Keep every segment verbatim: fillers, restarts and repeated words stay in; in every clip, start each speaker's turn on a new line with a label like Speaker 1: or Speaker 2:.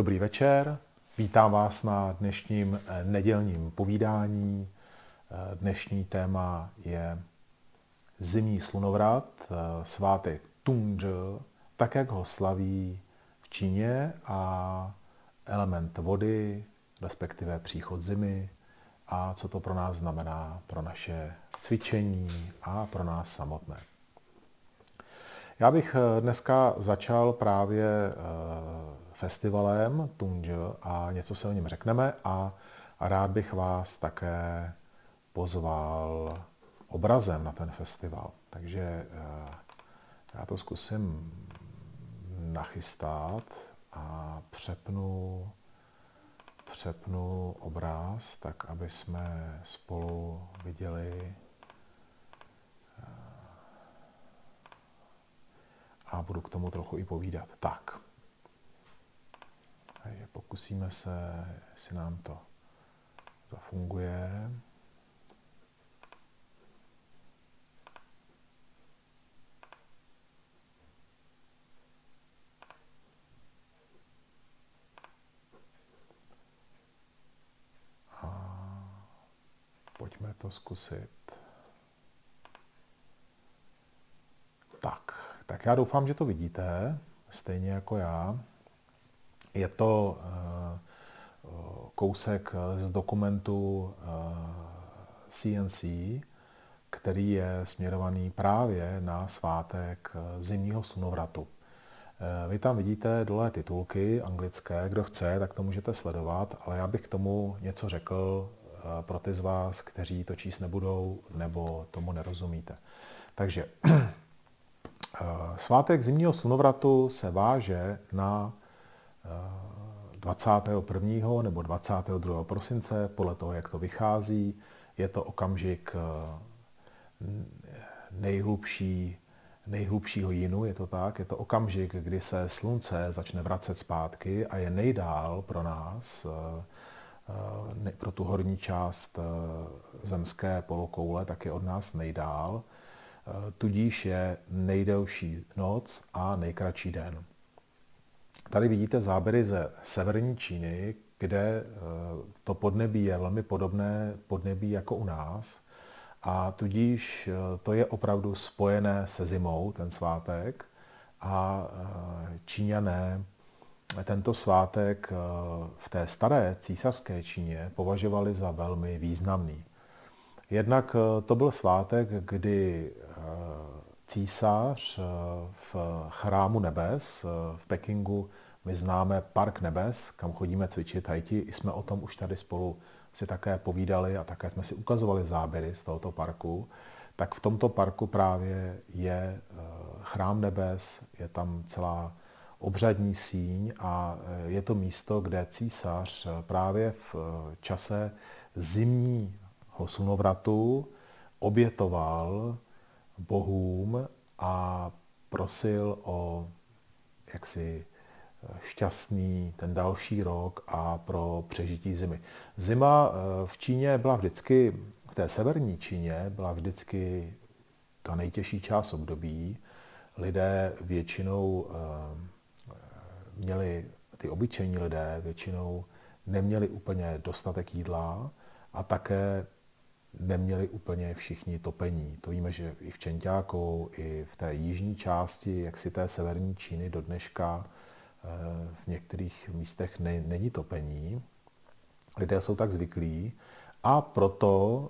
Speaker 1: Dobrý večer, vítám vás na dnešním nedělním povídání. Dnešní téma je zimní slunovrat, svátek Tungzhe, tak jak ho slaví v Číně, a element vody, respektive příchod zimy, a co to pro nás znamená pro naše cvičení a pro nás samotné. Já bych dneska začal právě festivalem Tungzhe a něco se o něm řekneme, a rád bych vás také pozval obrazem na ten festival. Takže já to zkusím nachystat a přepnu, přepnu obraz, tak aby jsme spolu viděli. A budu k tomu trochu i povídat. Tak. Takže pokusíme se, jestli nám to zafunguje. A pojďme to zkusit. Tak. Tak já doufám, že to vidíte, stejně jako já. Je to kousek z dokumentu C N C, který je směrovaný právě na svátek zimního slunovratu. Vy tam vidíte dole titulky anglické, kdo chce, tak to můžete sledovat, ale já bych k tomu něco řekl pro ty z vás, kteří to číst nebudou nebo tomu nerozumíte. Takže svátek zimního slunovratu se váže na dvacátého prvního nebo dvacátého druhého prosince, podle toho, jak to vychází. Je to okamžik nejhlubší, nejhlubšího jinu, je to tak. Je to okamžik, kdy se slunce začne vracet zpátky a je nejdál pro nás, pro tu horní část zemské polokoule, tak je od nás nejdál. Tudíž je nejdelší noc a nejkratší den. Tady vidíte záběry ze severní Číny, kde to podnebí je velmi podobné podnebí jako u nás, a tudíž to je opravdu spojené se zimou, ten svátek, a Číňané tento svátek v té staré císařské Číně považovali za velmi významný. Jednak to byl svátek, kdy císař v chrámu nebes v Pekingu, my známe Park nebes, kam chodíme cvičit Haiti, jsme o tom už tady spolu si také povídali a také jsme si ukazovali záběry z tohoto parku, tak v tomto parku právě je chrám nebes, je tam celá obřadní síň a je to místo, kde císař právě v čase zimního slunovratu obětoval bohům a prosil o jaksi šťastný ten další rok a pro přežití zimy. Zima v Číně byla vždycky, v té severní Číně byla vždycky ta nejtěžší část období. Lidé většinou měli, ty obyčejní lidé většinou neměli úplně dostatek jídla a také neměli úplně všichni topení. To víme, že i v Čenťáku, i v té jižní části, jak si té severní Číny do dneška, v některých místech ne, není topení. Lidé jsou tak zvyklí a proto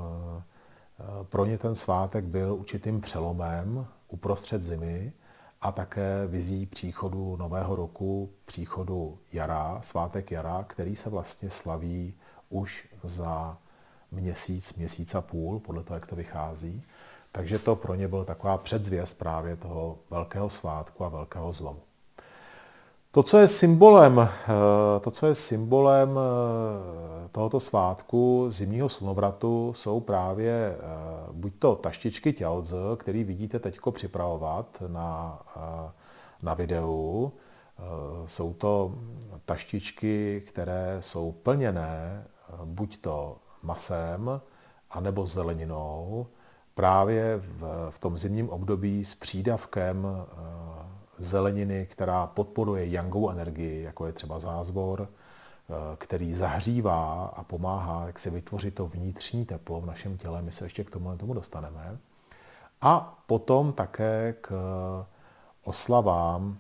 Speaker 1: pro ně ten svátek byl určitým přelomem uprostřed zimy a také vizí příchodu nového roku, příchodu jara, svátek jara, který se vlastně slaví už za měsíc, měsíc a půl, podle toho, jak to vychází. Takže to pro ně byla taková předzvěst právě toho velkého svátku a velkého zlomu. To, co je symbolem, to, co je symbolem tohoto svátku zimního slunovratu, jsou právě buď to taštičky Tiaozi, který vidíte teďko připravovat na, na videu. Jsou to taštičky, které jsou plněné buď to masem, anebo zeleninou, právě v, v tom zimním období s přídavkem zeleniny, která podporuje yangovou energii, jako je třeba zázvor, který zahřívá a pomáhá, jak se vytvořit to vnitřní teplo v našem těle. My se ještě k tomu, tomu dostaneme. A potom také k oslavám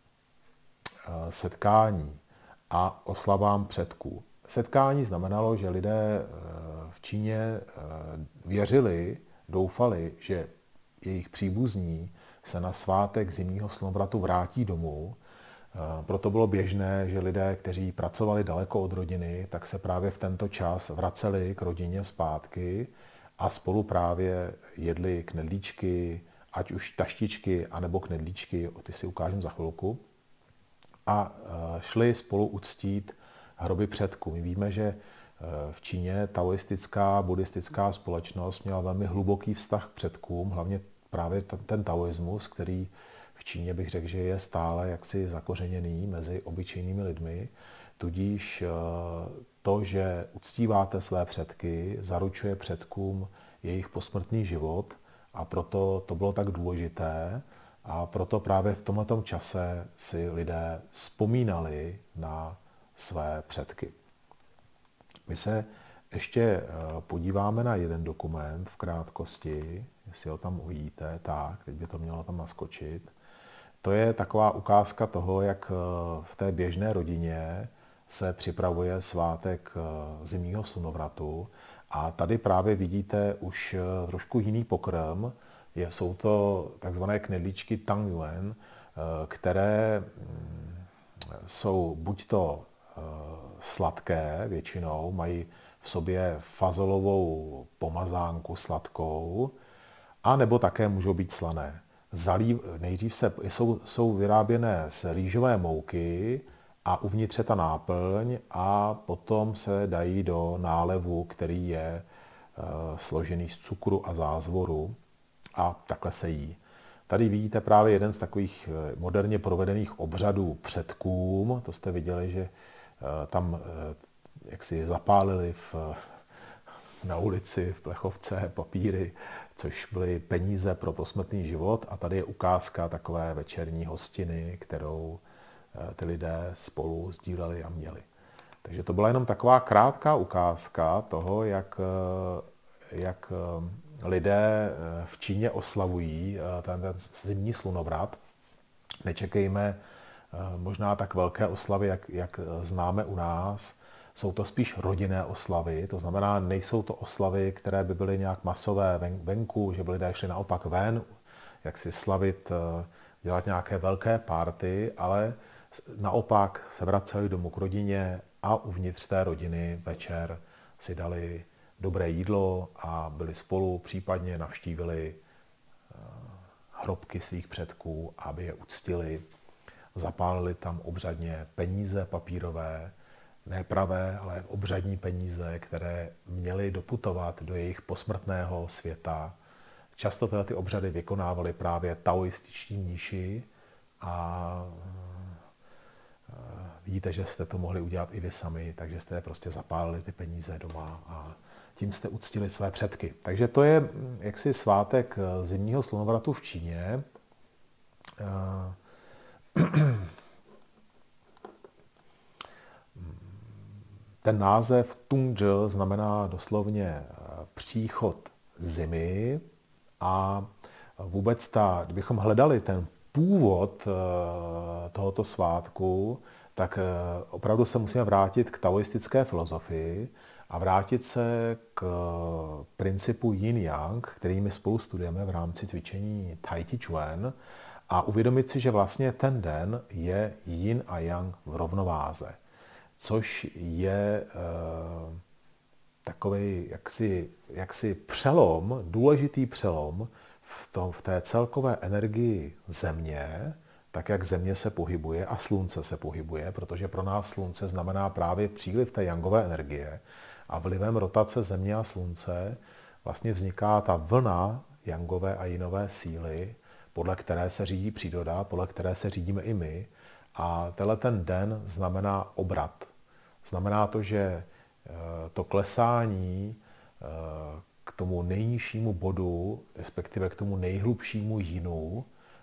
Speaker 1: setkání a oslavám předků. Setkání znamenalo, že lidé v Číně věřili, doufali, že jejich příbuzní se na svátek zimního slnovratu vrátí domů. Proto bylo běžné, že lidé, kteří pracovali daleko od rodiny, tak se právě v tento čas vraceli k rodině zpátky a spolu právě jedli knedlíčky, ať už taštičky, anebo knedlíčky, ty si ukážem za chvilku, a šli spolu uctít hroby předků. My víme, že v Číně taoistická, buddhistická společnost měla velmi hluboký vztah k předkům, hlavně právě ten taoismus, který v Číně bych řekl, že je stále jaksi zakořeněný mezi obyčejnými lidmi. Tudíž to, že uctíváte své předky, zaručuje předkům jejich posmrtný život a proto to bylo tak důležité a proto právě v tomto čase si lidé vzpomínali na své předky. My se ještě podíváme na jeden dokument v krátkosti, jestli ho tam uvidíte, tak, teď by to mělo tam naskočit. To je taková ukázka toho, jak v té běžné rodině se připravuje svátek zimního slunovratu. A tady právě vidíte už trošku jiný pokrm. Je, jsou to takzvané knedlíčky tang yuan, které jsou buď to sladké většinou, mají v sobě fazolovou pomazánku sladkou, a nebo také můžou být slané. Zalív, nejdřív se, jsou, jsou vyráběné z rýžové mouky a uvnitř je ta náplň a potom se dají do nálevu, který je e, složený z cukru a zázvoru a takhle se jí. Tady vidíte právě jeden z takových moderně provedených obřadů předkům. To jste viděli, že e, tam e, jak si zapálili v, na ulici v plechovce papíry, což byly peníze pro posmrtný život. A tady je ukázka takové večerní hostiny, kterou ty lidé spolu sdíleli a měli. Takže to byla jenom taková krátká ukázka toho, jak, jak lidé v Číně oslavují ten, ten zimní slunovrat. Nečekejme možná tak velké oslavy, jak, jak známe u nás. Jsou to spíš rodinné oslavy, to znamená, nejsou to oslavy, které by byly nějak masové venku, že by lidé šli naopak ven, jak si slavit, dělat nějaké velké party, ale naopak se vraceli domů k rodině a uvnitř té rodiny večer si dali dobré jídlo a byli spolu, případně navštívili hrobky svých předků, aby je uctili, zapálili tam obřadně peníze papírové, ne pravé, ale obřadní peníze, které měly doputovat do jejich posmrtného světa. Často tyhle ty obřady vykonávali právě taoističtí mniši a vidíte, že jste to mohli udělat i vy sami, takže jste prostě zapálili ty peníze doma a tím jste uctili své předky. Takže to je jaksi svátek zimního slunovratu v Číně. Ten název Tungzhe znamená doslovně příchod zimy a vůbec ta, kdybychom hledali ten původ tohoto svátku, tak opravdu se musíme vrátit k taoistické filozofii a vrátit se k principu Yin-Yang, který my spolu studujeme v rámci cvičení Tai Chi Chuan a uvědomit si, že vlastně ten den je Yin a Yang v rovnováze. Což je e, takový jaksi, jaksi přelom, důležitý přelom v, tom, v té celkové energii Země, tak jak Země se pohybuje a Slunce se pohybuje, protože pro nás Slunce znamená právě příliv té yangové energie a vlivem rotace Země a Slunce vlastně vzniká ta vlna yangové a yinové síly, podle které se řídí příroda, podle které se řídíme i my. A tenhle ten den znamená obrat. Znamená to, že to klesání k tomu nejnižšímu bodu, respektive k tomu nejhlubšímu jinu,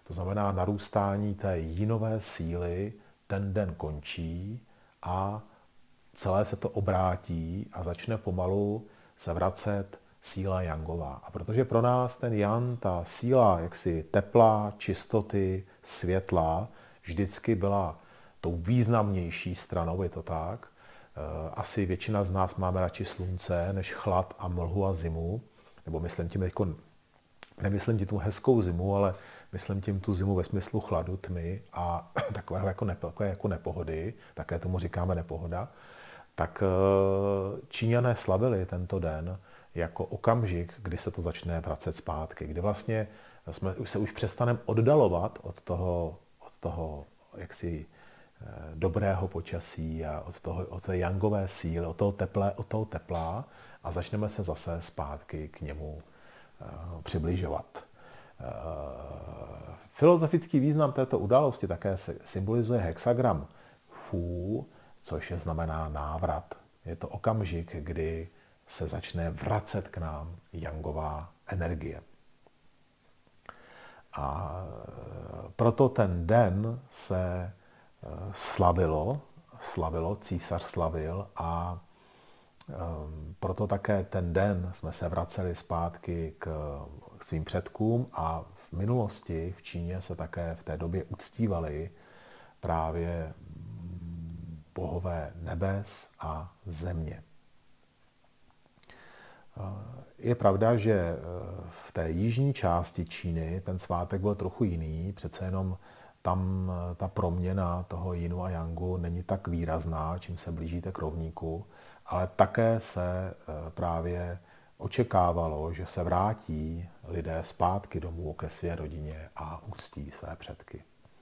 Speaker 1: To znamená, narůstání té jínové síly ten den končí a celé se to obrátí a začne pomalu se vracet síla jangová. A protože pro nás ten jan, ta síla jaksi tepla, čistoty, světla, vždycky byla tou významnější stranou, je to tak. Asi většina z nás máme radši slunce, než chlad a mlhu a zimu. Nebo myslím tím, jako, nemyslím tím tu hezkou zimu, ale myslím tím tu zimu ve smyslu chladu, tmy a takového jako, nepo, jako nepohody, také tomu říkáme nepohoda. Tak Číňané slavili tento den jako okamžik, kdy se to začne vracet zpátky, kdy vlastně jsme, se už přestaneme oddalovat od toho, od toho jaksi dobrého počasí a od, toho, od té jangové síly, od toho, teple, od toho tepla a začneme se zase zpátky k němu uh, přibližovat. Uh, filozofický význam této události také symbolizuje hexagram Fu, což je znamená návrat. Je to okamžik, kdy se začne vracet k nám jangová energie. A proto ten den se slavilo, slavilo, císař slavil a um, proto také ten den jsme se vraceli zpátky k, k svým předkům a v minulosti v Číně se také v té době uctívali právě bohové nebes a země. Je pravda, že v té jižní části Číny ten svátek byl trochu jiný, přece jenom tam ta proměna toho jinu a jangu není tak výrazná, čím se blížíte k rovníku, ale také se právě očekávalo, že se vrátí lidé zpátky domů ke své rodině a uctí své předky.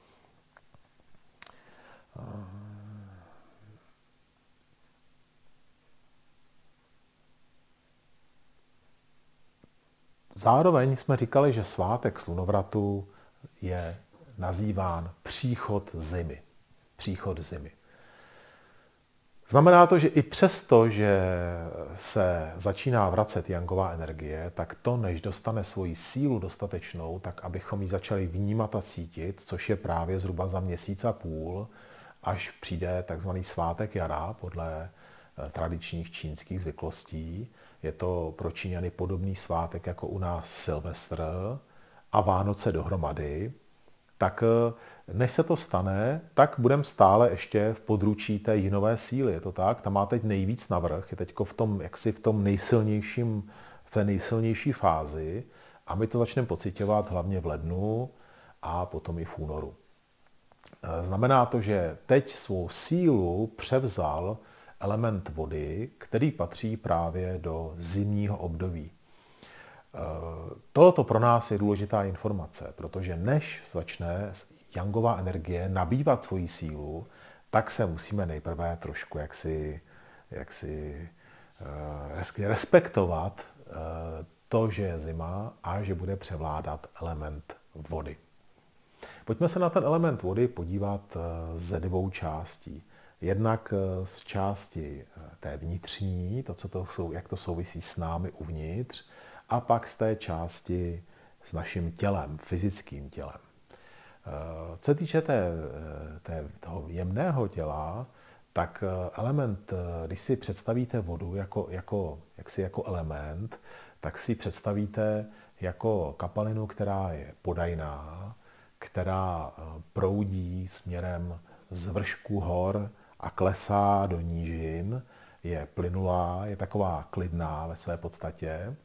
Speaker 1: Zároveň jsme říkali, že svátek slunovratu je nazýván příchod zimy. Příchod zimy. Znamená to, že i přesto, že se začíná vracet jangová energie, tak to, než dostane svoji sílu dostatečnou, tak abychom ji začali vnímat a cítit, což je právě zhruba za měsíc a půl, až přijde takzvaný svátek jara podle tradičních čínských zvyklostí. Je to pro Číňany podobný svátek jako u nás Silvestr a Vánoce dohromady. Tak než se to stane, tak budeme stále ještě v područí té jinové síly. Je to tak? Tam má teď nejvíc navrch, je teď v tom, jaksi v tom nejsilnějším, v té nejsilnější fázi a my to začneme pociťovat hlavně v lednu a potom i v únoru. Znamená to, že teď svou sílu převzal element vody, který patří právě do zimního období. Tohoto pro nás je důležitá informace, protože než začne jangová energie nabývat svoji sílu, tak se musíme nejprve trošku jaksi, jaksi uh, respektovat uh, to, že je zima a že bude převládat element vody. Pojďme se na ten element vody podívat uh, ze dvou částí. Jednak uh, z části uh, té vnitřní, to, co to jsou, jak to souvisí s námi uvnitř, a pak z té části s naším tělem, fyzickým tělem. Co se týče té, té, toho jemného těla, tak element, když si představíte vodu jako, jako, jaksi jako element, tak si představíte jako kapalinu, která je podajná, která proudí směrem z vršku hor a klesá do nížin, je plynulá, je taková klidná ve své podstatě,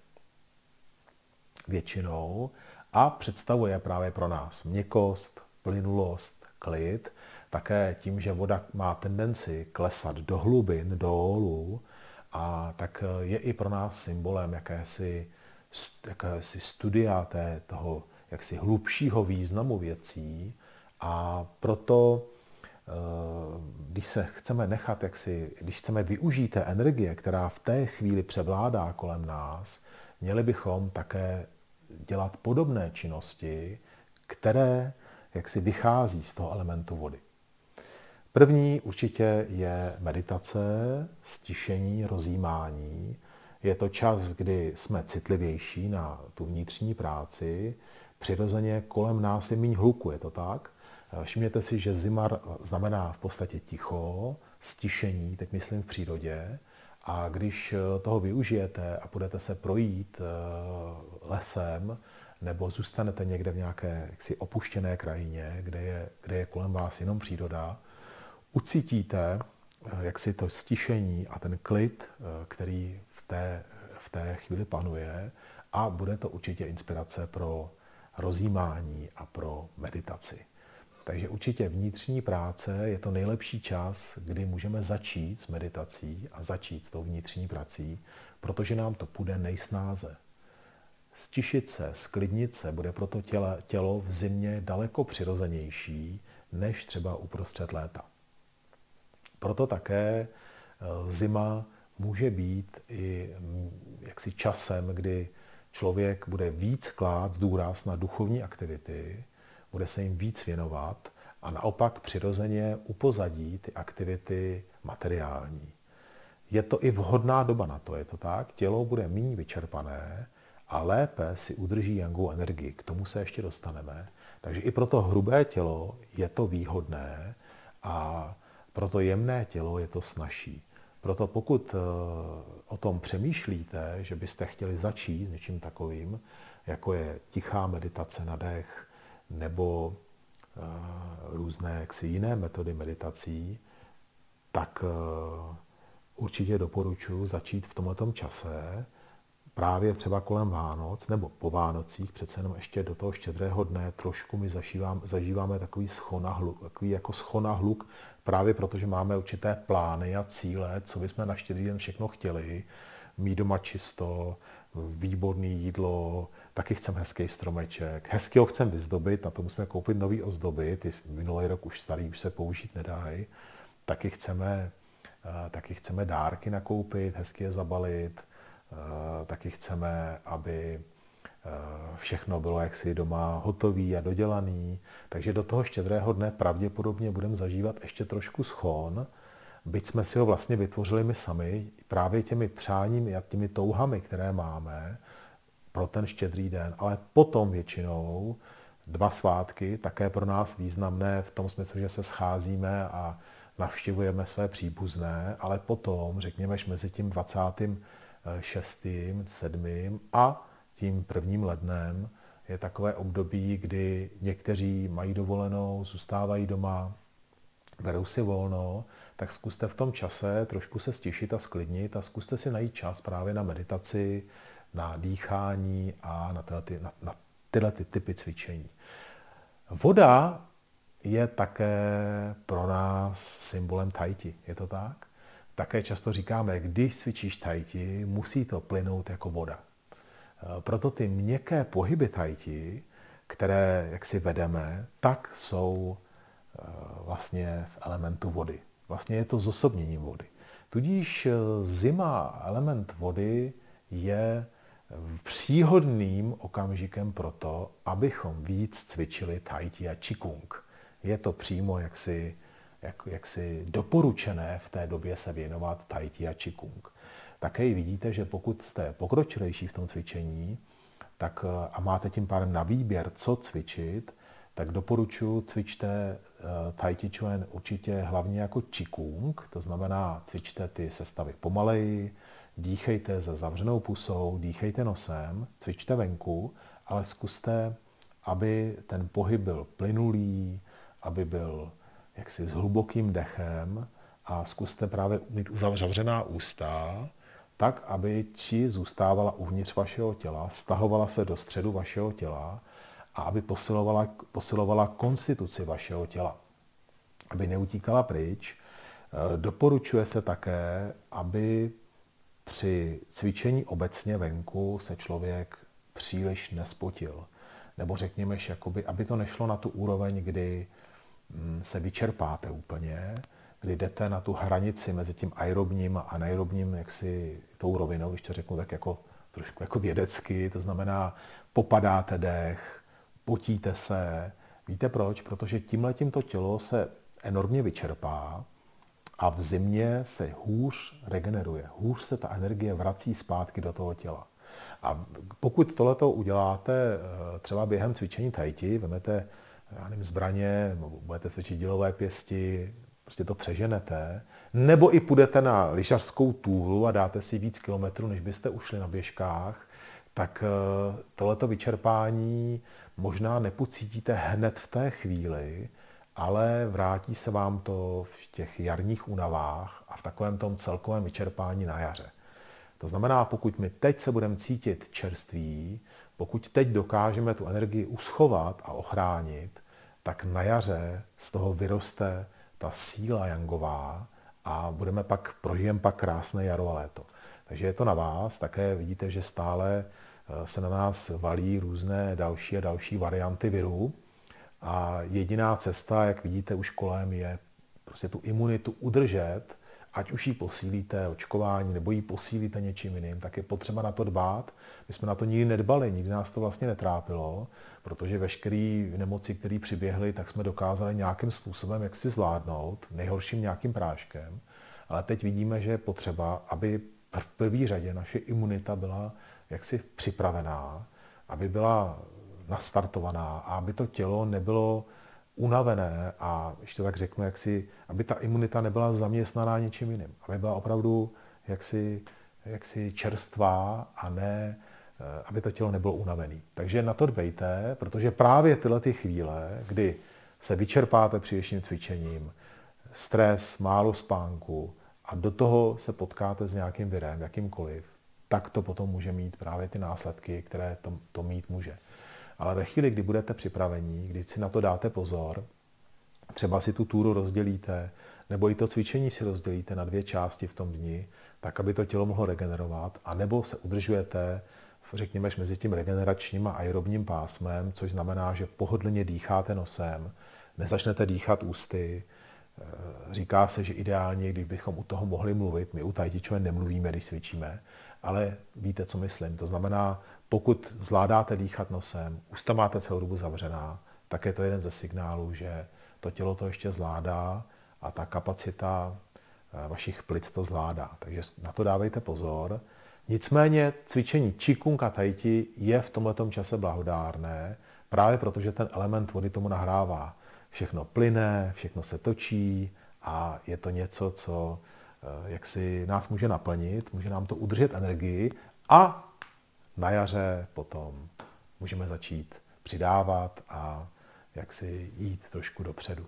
Speaker 1: většinou a představuje právě pro nás měkkost, plynulost, klid, také tím, že voda má tendenci klesat do hlubin, dolů, a tak je i pro nás symbolem jakési, jakési studia té, toho jaksi hlubšího významu věcí a proto, když se chceme nechat, jaksi, když chceme využít té energie, která v té chvíli převládá kolem nás, měli bychom také dělat podobné činnosti, které jaksi vychází z toho elementu vody. První určitě je meditace, stišení, rozjímání. Je to čas, kdy jsme citlivější na tu vnitřní práci. přirozeně kolem nás je méně hluku, je to tak? Všimněte si, že zima znamená v podstatě ticho, stišení, teď myslím v přírodě, a když toho využijete a budete se projít lesem, nebo zůstanete někde v nějaké jaksi opuštěné krajině, kde je, kde je kolem vás jenom příroda, ucítíte jaksi to stišení a ten klid, který v té, v té chvíli panuje, a bude to určitě inspirace pro rozjímání a pro meditaci. Takže určitě vnitřní práce je to nejlepší čas, kdy můžeme začít s meditací a začít s tou vnitřní prací, protože nám to půjde nejsnáze. Stišit se, sklidnit se bude proto těle, tělo v zimě daleko přirozenější než třeba uprostřed léta. Proto také zima může být i jaksi časem, kdy člověk bude víc klát důraz na duchovní aktivity, bude se jim víc věnovat a naopak přirozeně upozadí ty aktivity materiální. Je to i vhodná doba na to, je to tak? Tělo bude méně vyčerpané a lépe si udrží jangovou energii. K tomu se ještě dostaneme. Takže i pro to hrubé tělo je to výhodné a pro to jemné tělo je to snazší. Proto pokud o tom přemýšlíte, že byste chtěli začít s něčím takovým, jako je tichá meditace na dech nebo různé jaksi jiné metody meditací, tak určitě doporučuji začít v tomto čase, právě třeba kolem Vánoc nebo po Vánocích, přece jenom ještě do toho štědrého dne trošku my zažíváme, zažíváme takový schonahluk, takový jako schonahluk, právě protože máme určité plány a cíle, co bychom na štědrý den všechno chtěli, mít doma čisto, výborné jídlo, taky chceme hezký stromeček, hezky ho chceme vyzdobit, na to musíme koupit nový ozdoby, ty minulý rok už starý, už se použít nedají, taky chceme, taky chceme dárky nakoupit, hezky je zabalit, taky chceme, aby všechno bylo jaksi doma hotový a dodělaný. Takže do toho štědrého dne pravděpodobně budeme zažívat ještě trošku schon, byť jsme si ho vlastně vytvořili my sami, právě těmi přáními a těmi touhami, které máme pro ten štědrý den. Ale potom většinou dva svátky, také pro nás významné v tom smyslu, že se scházíme a navštěvujeme své příbuzné, ale potom, řekněme, mezi tím dvacátým šestým, sedmým a tím prvním lednem je takové období, kdy někteří mají dovolenou, zůstávají doma, berou si volno, tak zkuste v tom čase trošku se stišit a sklidnit a zkuste si najít čas právě na meditaci, na dýchání a na tyhle, ty, na, na tyhle ty typy cvičení. Voda je také pro nás symbolem tai chi, je to tak? Také často říkáme, když cvičíš tai chi, musí to plynout jako voda. Proto ty měkké pohyby tai chi, které jak si vedeme, tak jsou vlastně v elementu vody. Vlastně je to zosobnění vody. Tudíž zima, element vody, je příhodným okamžikem pro to, abychom víc cvičili tai chi a qigong. Je to přímo jaksi, jak, jaksi doporučené v té době se věnovat tai chi a qigong. Také i vidíte, že pokud jste pokročilejší v tom cvičení tak, a máte tím pádem na výběr, co cvičit, tak doporučuji cvičte tai chi chuan určitě hlavně jako qigong, to znamená cvičte ty sestavy pomaleji, dýchejte se zavřenou pusou, dýchejte nosem, cvičte venku, ale zkuste, aby ten pohyb byl plynulý, aby byl jaksi s hlubokým dechem a zkuste právě mít uzavřená ústa, tak, aby či zůstávala uvnitř vašeho těla, stahovala se do středu vašeho těla a aby posilovala, posilovala konstituci vašeho těla, aby neutíkala pryč. Doporučuje se také, aby při cvičení obecně venku se člověk příliš nespotil. Nebo řekněme, jakoby, aby to nešlo na tu úroveň, kdy se vyčerpáte úplně, kdy jdete na tu hranici mezi tím aerobním a anaerobním, jaksi tou rovinou, když to řeknu tak jako trošku jako vědecky, to znamená popadáte dech, potíte se. Víte proč? Protože tímhletím to tělo se enormně vyčerpá a v zimě se hůř regeneruje, hůř se ta energie vrací zpátky do toho těla. A pokud tohleto uděláte třeba během cvičení tai chi, vezmete, já nevím, zbraně, budete cvičit dělové pěsti, prostě to přeženete, nebo i půjdete na lyžařskou túhlu a dáte si víc kilometrů, než byste ušli na běžkách, tak tohleto vyčerpání možná nepocítíte hned v té chvíli, ale vrátí se vám to v těch jarních únavách a v takovém tom celkovém vyčerpání na jaře. To znamená, pokud my teď se budeme cítit čerství, pokud teď dokážeme tu energii uschovat a ochránit, tak na jaře z toho vyroste ta síla jangová a budeme pak, prožijeme pak krásné jaro a léto. Takže je to na vás, také vidíte, že stále se na nás valí různé další a další varianty viru a jediná cesta, jak vidíte už kolem, je prostě tu imunitu udržet, ať už ji posílíte očkování nebo ji posílíte něčím jiným, tak je potřeba na to dbát. My jsme na to nikdy nedbali, nikdy nás to vlastně netrápilo, protože veškeré nemoci, které přiběhly, tak jsme dokázali nějakým způsobem jak si zvládnout, nejhorším nějakým práškem. Ale teď vidíme, že je potřeba, aby v první řadě naše imunita byla jaksi připravená, aby byla nastartovaná a aby to tělo nebylo unavené a, když to tak řeknu, jaksi, aby ta imunita nebyla zaměstnaná něčím jiným. Aby byla opravdu jaksi, jaksi čerstvá a ne, aby to tělo nebylo unavené. Takže na to dbejte, protože právě tyhle ty chvíle, kdy se vyčerpáte přílišným cvičením, stres, málo spánku a do toho se potkáte s nějakým virem, jakýmkoliv, tak to potom může mít právě ty následky, které to, to mít může. Ale ve chvíli, kdy budete připravení, kdy si na to dáte pozor, třeba si tu túru rozdělíte, nebo i to cvičení si rozdělíte na dvě části v tom dni, tak aby to tělo mohlo regenerovat, a nebo se udržujete, řekněme, mezi tím regeneračním a aerobním pásmem, což znamená, že pohodlně dýcháte nosem, nezačnete dýchat ústy. Říká se, že ideálně, když bychom u toho mohli mluvit, my u tai chi chuan nemluvíme, když cvičíme, ale víte, co myslím. To znamená, pokud zvládáte dýchat nosem, ústa máte celou dobu zavřená, tak je to jeden ze signálů, že to tělo to ještě zvládá a ta kapacita vašich plic to zvládá. Takže na to dávejte pozor. Nicméně cvičení Qigong a Tai Chi je v tomhletom čase blahodárné, právě protože ten element vody tomu nahrává. Všechno plyne, všechno se točí a je to něco, co jak si nás může naplnit, může nám to udržet energii a na jaře potom můžeme začít přidávat a jak si jít trošku dopředu.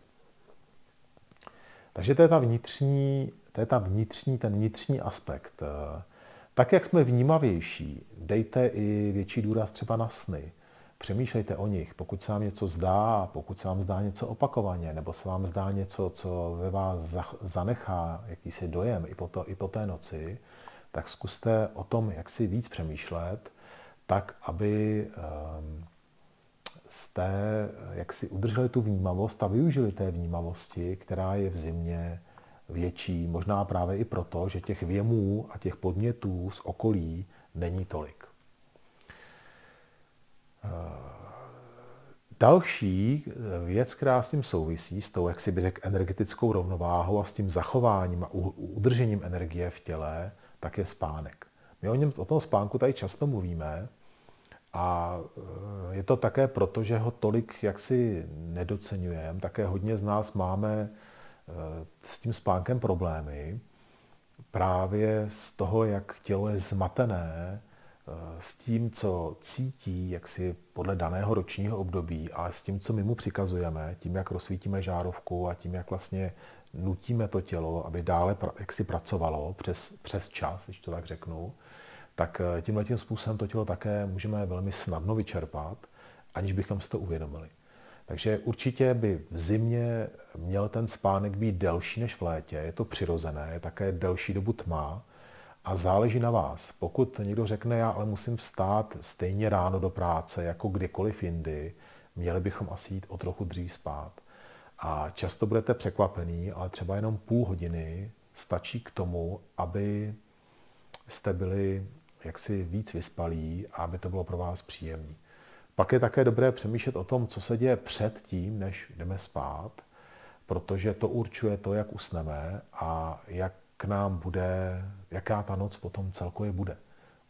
Speaker 1: Takže to je ta vnitřní, to je ta vnitřní, ten vnitřní aspekt. Tak, jak jsme vnímavější, dejte i větší důraz třeba na sny. Přemýšlejte o nich. Pokud se vám něco zdá, pokud se vám zdá něco opakovaně, nebo se vám zdá něco, co ve vás zanechá jakýsi dojem i po, to, i po té noci, tak zkuste o tom, jak si víc přemýšlet, tak, aby um, jste jak si udrželi tu vnímavost a využili té vnímavosti, která je v zimě větší, možná právě i proto, že těch věmů a těch podnětů z okolí není tolik. Další věc, která s tím souvisí, s tou, jak si bych řekl, energetickou rovnováhou a s tím zachováním a udržením energie v těle, tak je spánek. My o něm, o tom spánku tady často mluvíme a je to také proto, že ho tolik jaksi nedoceňujeme. Také hodně z nás máme s tím spánkem problémy. Právě z toho, jak tělo je zmatené, s tím, co cítí, jak si podle daného ročního období, ale s tím, co my mu přikazujeme, tím, jak rozsvítíme žárovku a tím, jak vlastně nutíme to tělo, aby dále jak si pracovalo přes, přes čas, když to tak řeknu, tak tímhletím způsobem to tělo také můžeme velmi snadno vyčerpat, aniž bychom si to uvědomili. Takže určitě by v zimě měl ten spánek být delší než v létě, je to přirozené, je také delší dobu tma a záleží na vás. Pokud někdo řekne, já ale musím vstát stejně ráno do práce, jako kdykoliv jindy, měli bychom asi jít o trochu dřív spát. A často budete překvapený, ale třeba jenom půl hodiny stačí k tomu, aby jste byli jaksi víc vyspalí a aby to bylo pro vás příjemné. Pak je také dobré přemýšlet o tom, co se děje před tím, než jdeme spát, protože to určuje to, jak usneme a jak k nám bude, jaká ta noc potom celkově bude.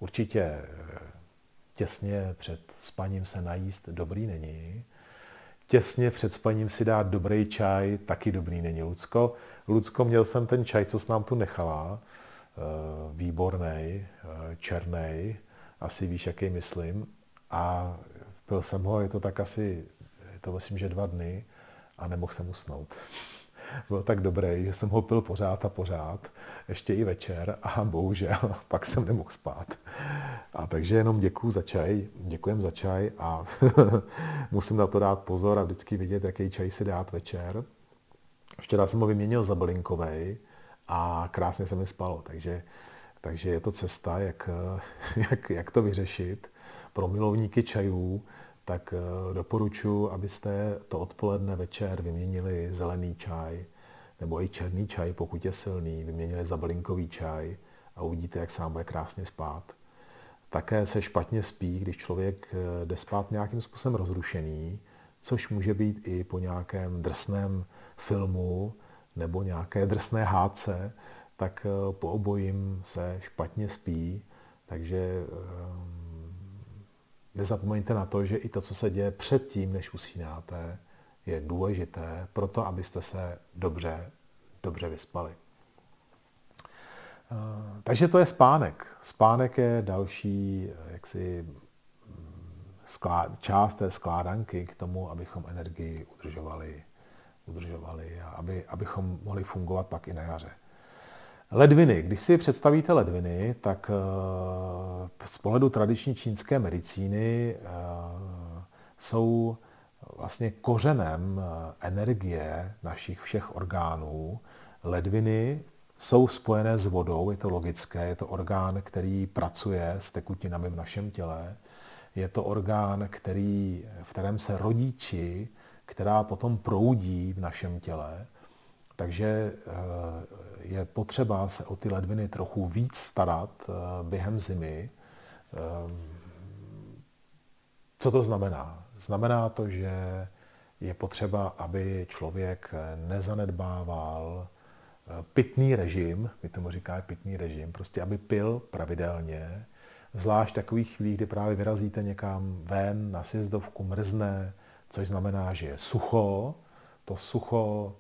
Speaker 1: Určitě těsně před spaním se najíst dobrý není. Těsně před spaním si dát dobrý čaj taky dobrý není. Lucko, Lucko, měl jsem ten čaj, co jsi nám tu nechala. Výborný, černý, asi víš, jaký myslím. A pil jsem ho, je to tak asi, je to myslím, že dva dny a nemohl jsem usnout. Byl tak dobrý, že jsem ho pil pořád a pořád, ještě i večer a bohužel pak jsem nemohl spát. A takže jenom děkuju za čaj, děkujem za čaj a musím na to dát pozor a vždycky vidět, jaký čaj si dát večer. Včera jsem ho vyměnil za bylinkovej a krásně se mi spalo, takže, takže je to cesta, jak, jak, jak to vyřešit. Pro milovníky čajů tak doporučuji, abyste to odpoledne večer vyměnili zelený čaj nebo i černý čaj, pokud je silný, vyměnili za bylinkový čaj a uvidíte, jak sám bude krásně spát. Také se špatně spí, když člověk jde spát nějakým způsobem rozrušený, což může být i po nějakém drsném filmu nebo nějaké drsné hádce, tak po obojím se špatně spí, takže nezapomeňte na to, že i to, co se děje předtím, než usínáte, je důležité pro to, abyste se dobře, dobře vyspali. Takže to je spánek. Spánek je další jaksi, část té skládanky k tomu, abychom energii udržovali, udržovali a aby, abychom mohli fungovat pak i na jaře. Ledviny. Když si představíte ledviny, tak z pohledu tradiční čínské medicíny jsou vlastně kořenem energie našich všech orgánů. Ledviny jsou spojené s vodou, je to logické, je to orgán, který pracuje s tekutinami v našem těle. Je to orgán, který, v kterém se rodí či, která potom proudí v našem těle. Takže je potřeba se o ty ledviny trochu víc starat během zimy. Co to znamená? Znamená to, že je potřeba, aby člověk nezanedbával pitný režim, my tomu říkáme pitný režim, prostě aby pil pravidelně, zvlášť v takových chvílích, kdy právě vyrazíte někam ven na sjezdovku, mrzne, což znamená, že je sucho, to sucho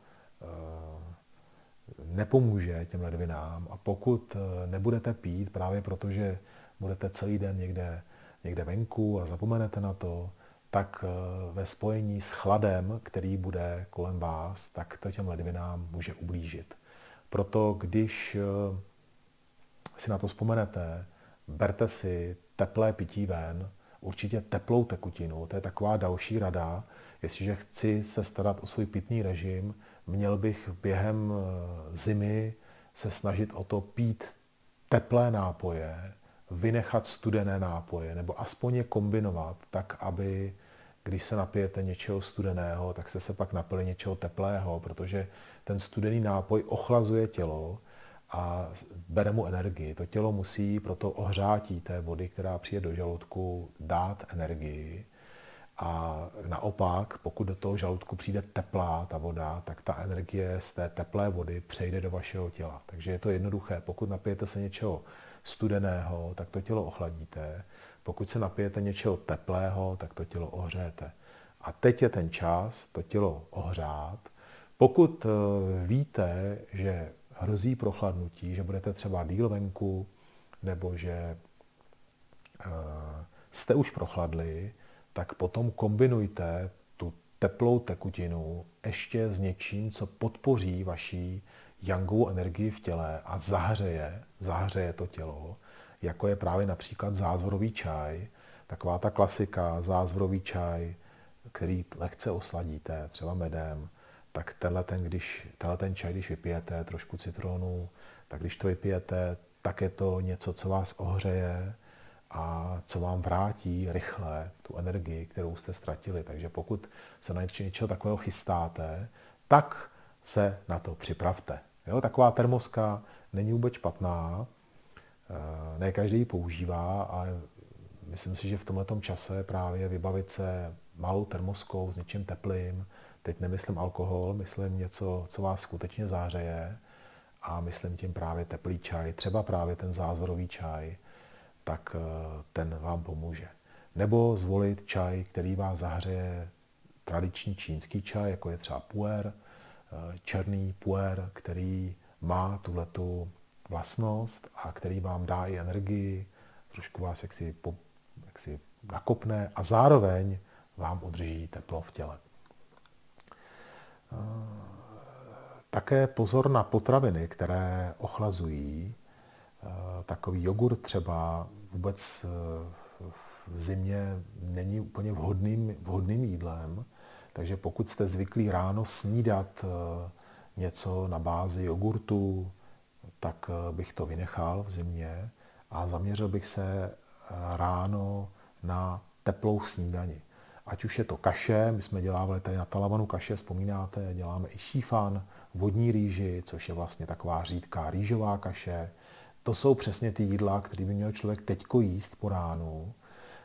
Speaker 1: nepomůže těm ledvinám a pokud nebudete pít, právě protože budete celý den někde, někde venku a zapomenete na to, tak ve spojení s chladem, který bude kolem vás, tak to těm ledvinám může ublížit. Proto když si na to vzpomenete, berte si teplé pití ven, určitě teplou tekutinu, to je taková další rada. Jestliže chci se starat o svůj pitný režim, měl bych během zimy se snažit o to pít teplé nápoje, vynechat studené nápoje, nebo aspoň je kombinovat tak, aby když se napijete něčeho studeného, tak jste se pak napili něčeho teplého, protože ten studený nápoj ochlazuje tělo a bere mu energii. To tělo musí pro to ohřátí té vody, která přijde do žaludku, dát energii. A naopak, pokud do toho žaludku přijde teplá ta voda, tak ta energie z té teplé vody přejde do vašeho těla. Takže je to jednoduché. Pokud napijete se něčeho studeného, tak to tělo ochladíte. Pokud se napijete něčeho teplého, tak to tělo ohřejete. A teď je ten čas to tělo ohřát. Pokud víte, že hrozí prochladnutí, že budete třeba díl venku, nebo že jste už prochladli, tak potom kombinujte tu teplou tekutinu ještě s něčím, co podpoří vaši yangovou energii v těle a zahřeje, zahřeje to tělo, jako je právě například zázvorový čaj, taková ta klasika, zázvorový čaj, který lehce osladíte, třeba medem, tak tenhle ten, když, tenhle ten čaj, když vypijete, trošku citronu, tak když to vypijete, tak je to něco, co vás ohřeje a co vám vrátí rychle tu energii, kterou jste ztratili. Takže pokud se na něčeho takového chystáte, tak se na to připravte. Jo, taková termoska není vůbec špatná, ne každý ji používá, ale myslím si, že v tomto čase právě vybavit se malou termoskou s něčím teplým, teď nemyslím alkohol, myslím něco, co vás skutečně zahřeje a myslím tím právě teplý čaj, třeba právě ten zázvorový čaj, tak ten vám pomůže. Nebo zvolit čaj, který vás zahřeje, tradiční čínský čaj, jako je třeba puer, černý puer, který má tuhletu vlastnost a který vám dá i energii, trošku vás jaksi, jaksi nakopne a zároveň vám udrží teplo v těle. Také pozor na potraviny, které ochlazují. Takový jogurt třeba vůbec v zimě není úplně vhodným, vhodným jídlem, takže pokud jste zvyklí ráno snídat něco na bázi jogurtu, tak bych to vynechal v zimě a zaměřil bych se ráno na teplou snídani. Ať už je to kaše, my jsme dělávali tady na Talavanu kaše, vzpomínáte, děláme i šífan, vodní rýži, což je vlastně taková řídká rýžová kaše. To jsou přesně ty jídla, které by měl člověk teďko jíst po ránu.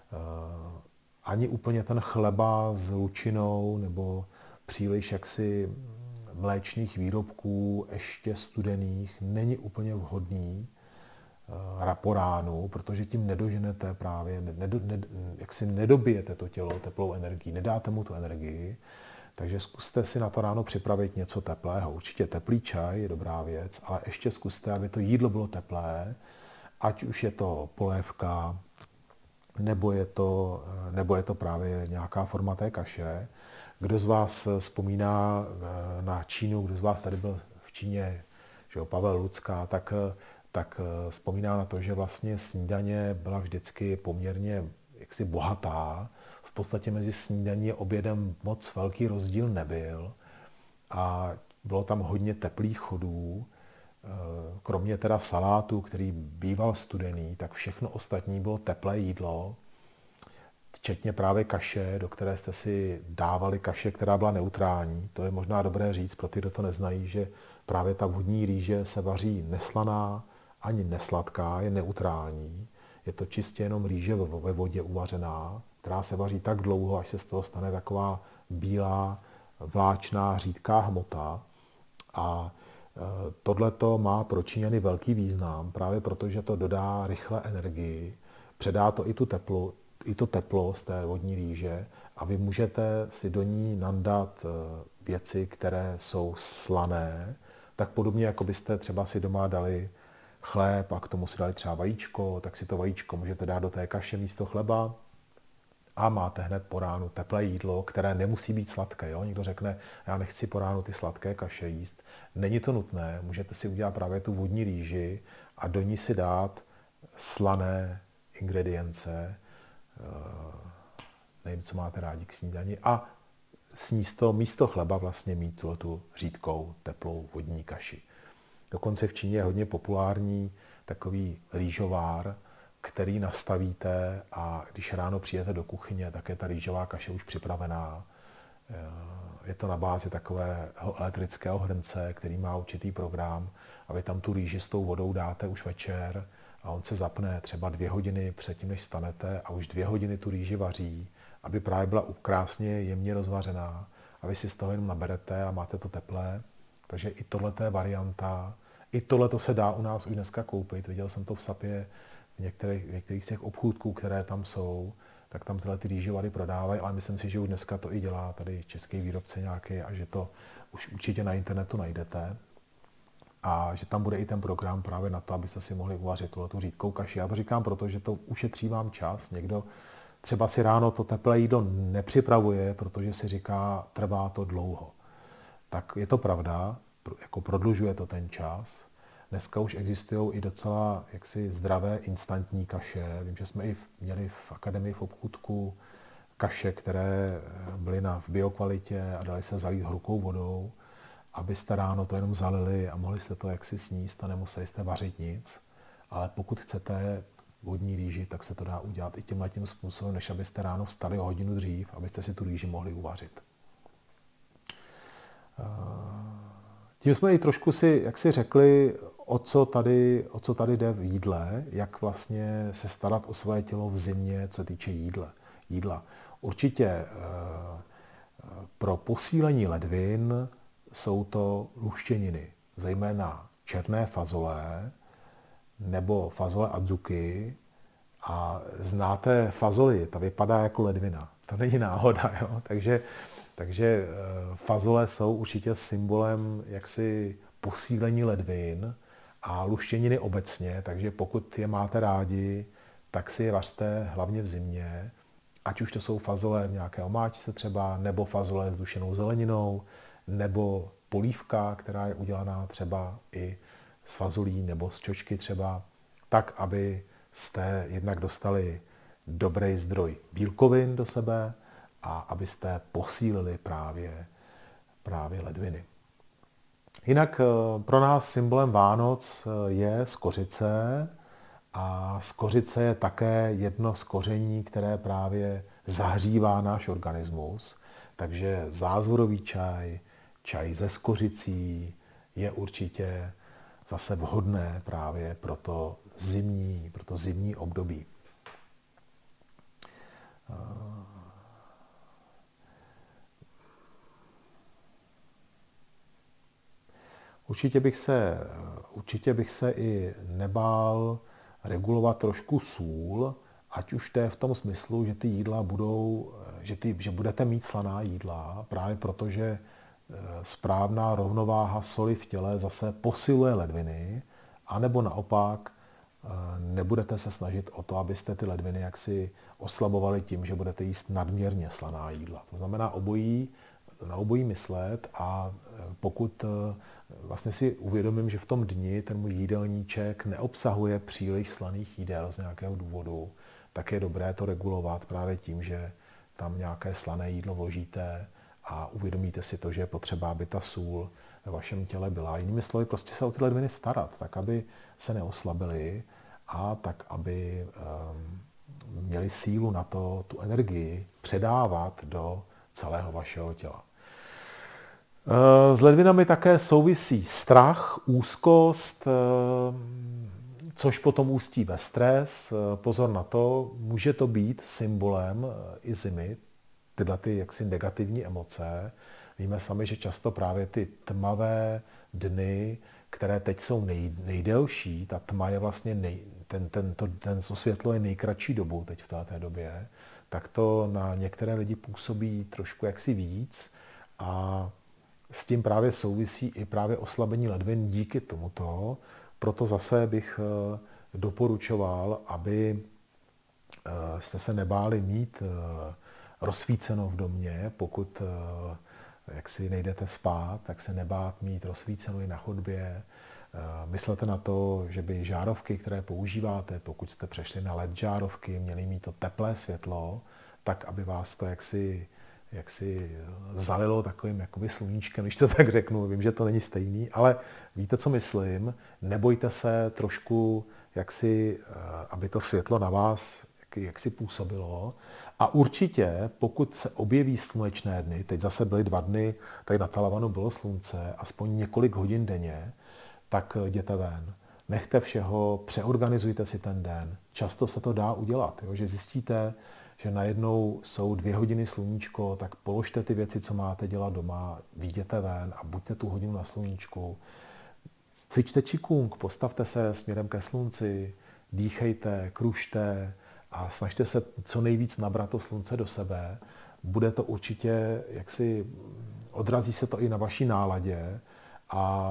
Speaker 1: Ani úplně ten chleba s lučinou nebo příliš jaksi mléčných výrobků, ještě studených, není úplně vhodný po ránu, protože tím nedoženete právě, nedo, ne, jak si nedobijete to tělo teplou energií, nedáte mu tu energii, takže zkuste si na to ráno připravit něco teplého. Určitě teplý čaj je dobrá věc, ale ještě zkuste, aby to jídlo bylo teplé, ať už je to polévka, nebo je to, nebo je to právě nějaká forma té kaše. Kdo z vás vzpomíná na Čínu, kdo z vás tady byl v Číně, že jo, Pavel Lucka, tak tak vzpomíná na to, že vlastně snídaně byla vždycky poměrně jaksi bohatá. V podstatě mezi snídaní a obědem moc velký rozdíl nebyl a bylo tam hodně teplých chodů. Kromě teda salátu, který býval studený, tak všechno ostatní bylo teplé jídlo, včetně právě kaše, do které jste si dávali kaše, která byla neutrální. To je možná dobré říct pro ty, kdo to neznají, že právě ta vodní rýže se vaří neslaná, ani nesladká, je neutrální. Je to čistě jenom rýže ve vodě uvařená, která se vaří tak dlouho, až se z toho stane taková bílá, vláčná, řídká hmota. A tohleto má pro Číňany velký význam, právě protože to dodá rychle energii, předá to i tu teplo, i to teplo z té vodní rýže a vy můžete si do ní nandat věci, které jsou slané, tak podobně jako byste třeba si doma dali chléb a k tomu si dali třeba vajíčko, tak si to vajíčko můžete dát do té kaše místo chleba a máte hned po ránu teplé jídlo, které nemusí být sladké. Jo? Někdo řekne, já nechci po ránu ty sladké kaše jíst. Není to nutné, můžete si udělat právě tu vodní rýži a do ní si dát slané ingredience, nevím, co máte rádi k snídani, a sníst to místo chleba vlastně mít tu řídkou teplou vodní kaši. Dokonce v Číně je hodně populární takový rýžovár, který nastavíte a když ráno přijete do kuchyně, tak je ta rýžová kaše už připravená. Je to na bázi takového elektrického hrnce, který má určitý program a vy tam tu rýži s tou vodou dáte už večer a on se zapne třeba dvě hodiny předtím, než stanete a už dvě hodiny tu rýži vaří, aby právě byla krásně jemně rozvařená a vy si z toho jenom naberete a máte to teplé. Takže i tohleto je varianta. I tohleto se dá u nás už dneska koupit. Viděl jsem to v Sapě v některých, v některých z těch obchůdků, které tam jsou, tak tam tyhle ty rýžovary prodávají, ale myslím si, že už dneska to i dělá tady český výrobce nějaký a že to už určitě na internetu najdete. A že tam bude i ten program právě na to, abyste si mohli uvařit tuhletu řídkou kaši. Já to říkám proto, že to ušetří vám čas. Někdo třeba si ráno to teplé jídlo nepřipravuje, protože si říká, trvá to dlouho. Tak je to pravda, jako prodlužuje to ten čas. Dneska už existují i docela jaksi zdravé instantní kaše. Vím, že jsme i měli v akademii v obchůdku kaše, které byly na, v biokvalitě a dali se zalít horkou vodou, abyste ráno to jenom zalili a mohli jste to jaksi sníst a nemuseli jste vařit nic. Ale pokud chcete vodní rýži, tak se to dá udělat i tímhletím způsobem, než abyste ráno vstali o hodinu dřív, abyste si tu rýži mohli uvařit. Tím jsme i trošku si, jak si řekli, o co tady, o co tady jde v jídle, jak vlastně se starat o své tělo v zimě, co týče jídle, jídla. Určitě pro posílení ledvin jsou to luštěniny, zejména černé fazole nebo fazole adzuki, A znáte fazoli, ta vypadá jako ledvina. To není náhoda, jo? Takže, takže fazole jsou určitě symbolem jaksi posílení ledvin a luštěniny obecně, takže pokud je máte rádi, tak si je vařte hlavně v zimě, ať už to jsou fazole v nějaké omáčce třeba, nebo fazole s dušenou zeleninou, nebo polívka, která je udělaná třeba i z fazolí nebo z čočky třeba, tak, aby jste jednak dostali dobrý zdroj bílkovin do sebe a abyste posílili právě, právě ledviny. Jinak pro nás symbolem Vánoc je skořice a skořice je také jedno z koření, které právě zahřívá náš organismus. Takže zázvorový čaj, čaj ze skořicí je určitě zase vhodné právě pro to zimní, pro to zimní období. Určitě bych se, určitě bych se i nebál regulovat trošku sůl, ať už to je v tom smyslu, že ty jídla budou, že, ty, že budete mít slaná jídla, právě protože správná rovnováha soli v těle zase posiluje ledviny, anebo naopak nebudete se snažit o to, abyste ty ledviny jaksi oslabovali tím, že budete jíst nadměrně slaná jídla. To znamená obojí, na obojí myslet a pokud vlastně si uvědomím, že v tom dni ten můj jídelníček neobsahuje příliš slaných jídel z nějakého důvodu, tak je dobré to regulovat právě tím, že tam nějaké slané jídlo vložíte a uvědomíte si to, že je potřeba, aby ta sůl ve vašem těle byla. Jinými slovy, prostě se o ty ledviny starat, tak aby se neoslabily a tak, aby um, měli sílu na to, tu energii předávat do celého vašeho těla. S ledvinami také souvisí strach, úzkost, což potom ústí ve stres. Pozor na to, může to být symbolem i zimy, tyhle ty jaksi negativní emoce. Víme sami, že často právě ty tmavé dny, které teď jsou nej, nejdelší, ta tma je vlastně, nej, ten, ten, to, ten světlo je nejkratší dobu teď v této době, tak to na některé lidi působí trošku jaksi víc a s tím právě souvisí i právě oslabení ledvin díky tomuto. Proto zase bych doporučoval, aby jste se nebáli mít rozsvíceno v domě, pokud jak si nejdete spát, tak se nebát mít rozsvíceno i na chodbě. Myslete na to, že by žárovky, které používáte, pokud jste přešli na el é dé žárovky, měly mít to teplé světlo, tak aby vás to jaksi jak si zalilo takovým jakoby sluníčkem, když to tak řeknu, vím, že to není stejný, ale víte, co myslím, nebojte se trošku, jak si, aby to světlo na vás jak, jak si působilo a určitě, pokud se objeví slunečné dny, teď zase byly dva dny, tady na Talavanu bylo slunce, aspoň několik hodin denně, tak jděte ven. Nechte všeho, přeorganizujte si ten den. Často se to dá udělat, jo? Že zjistíte, že najednou jsou dvě hodiny sluníčko, tak položte ty věci, co máte dělat doma, vyjděte ven a buďte tu hodinu na sluníčku. Cvičte Qigong, postavte se směrem ke slunci, dýchejte, kružte a snažte se co nejvíc nabrat to slunce do sebe. Bude to určitě, jaksi odrazí se to i na vaší náladě a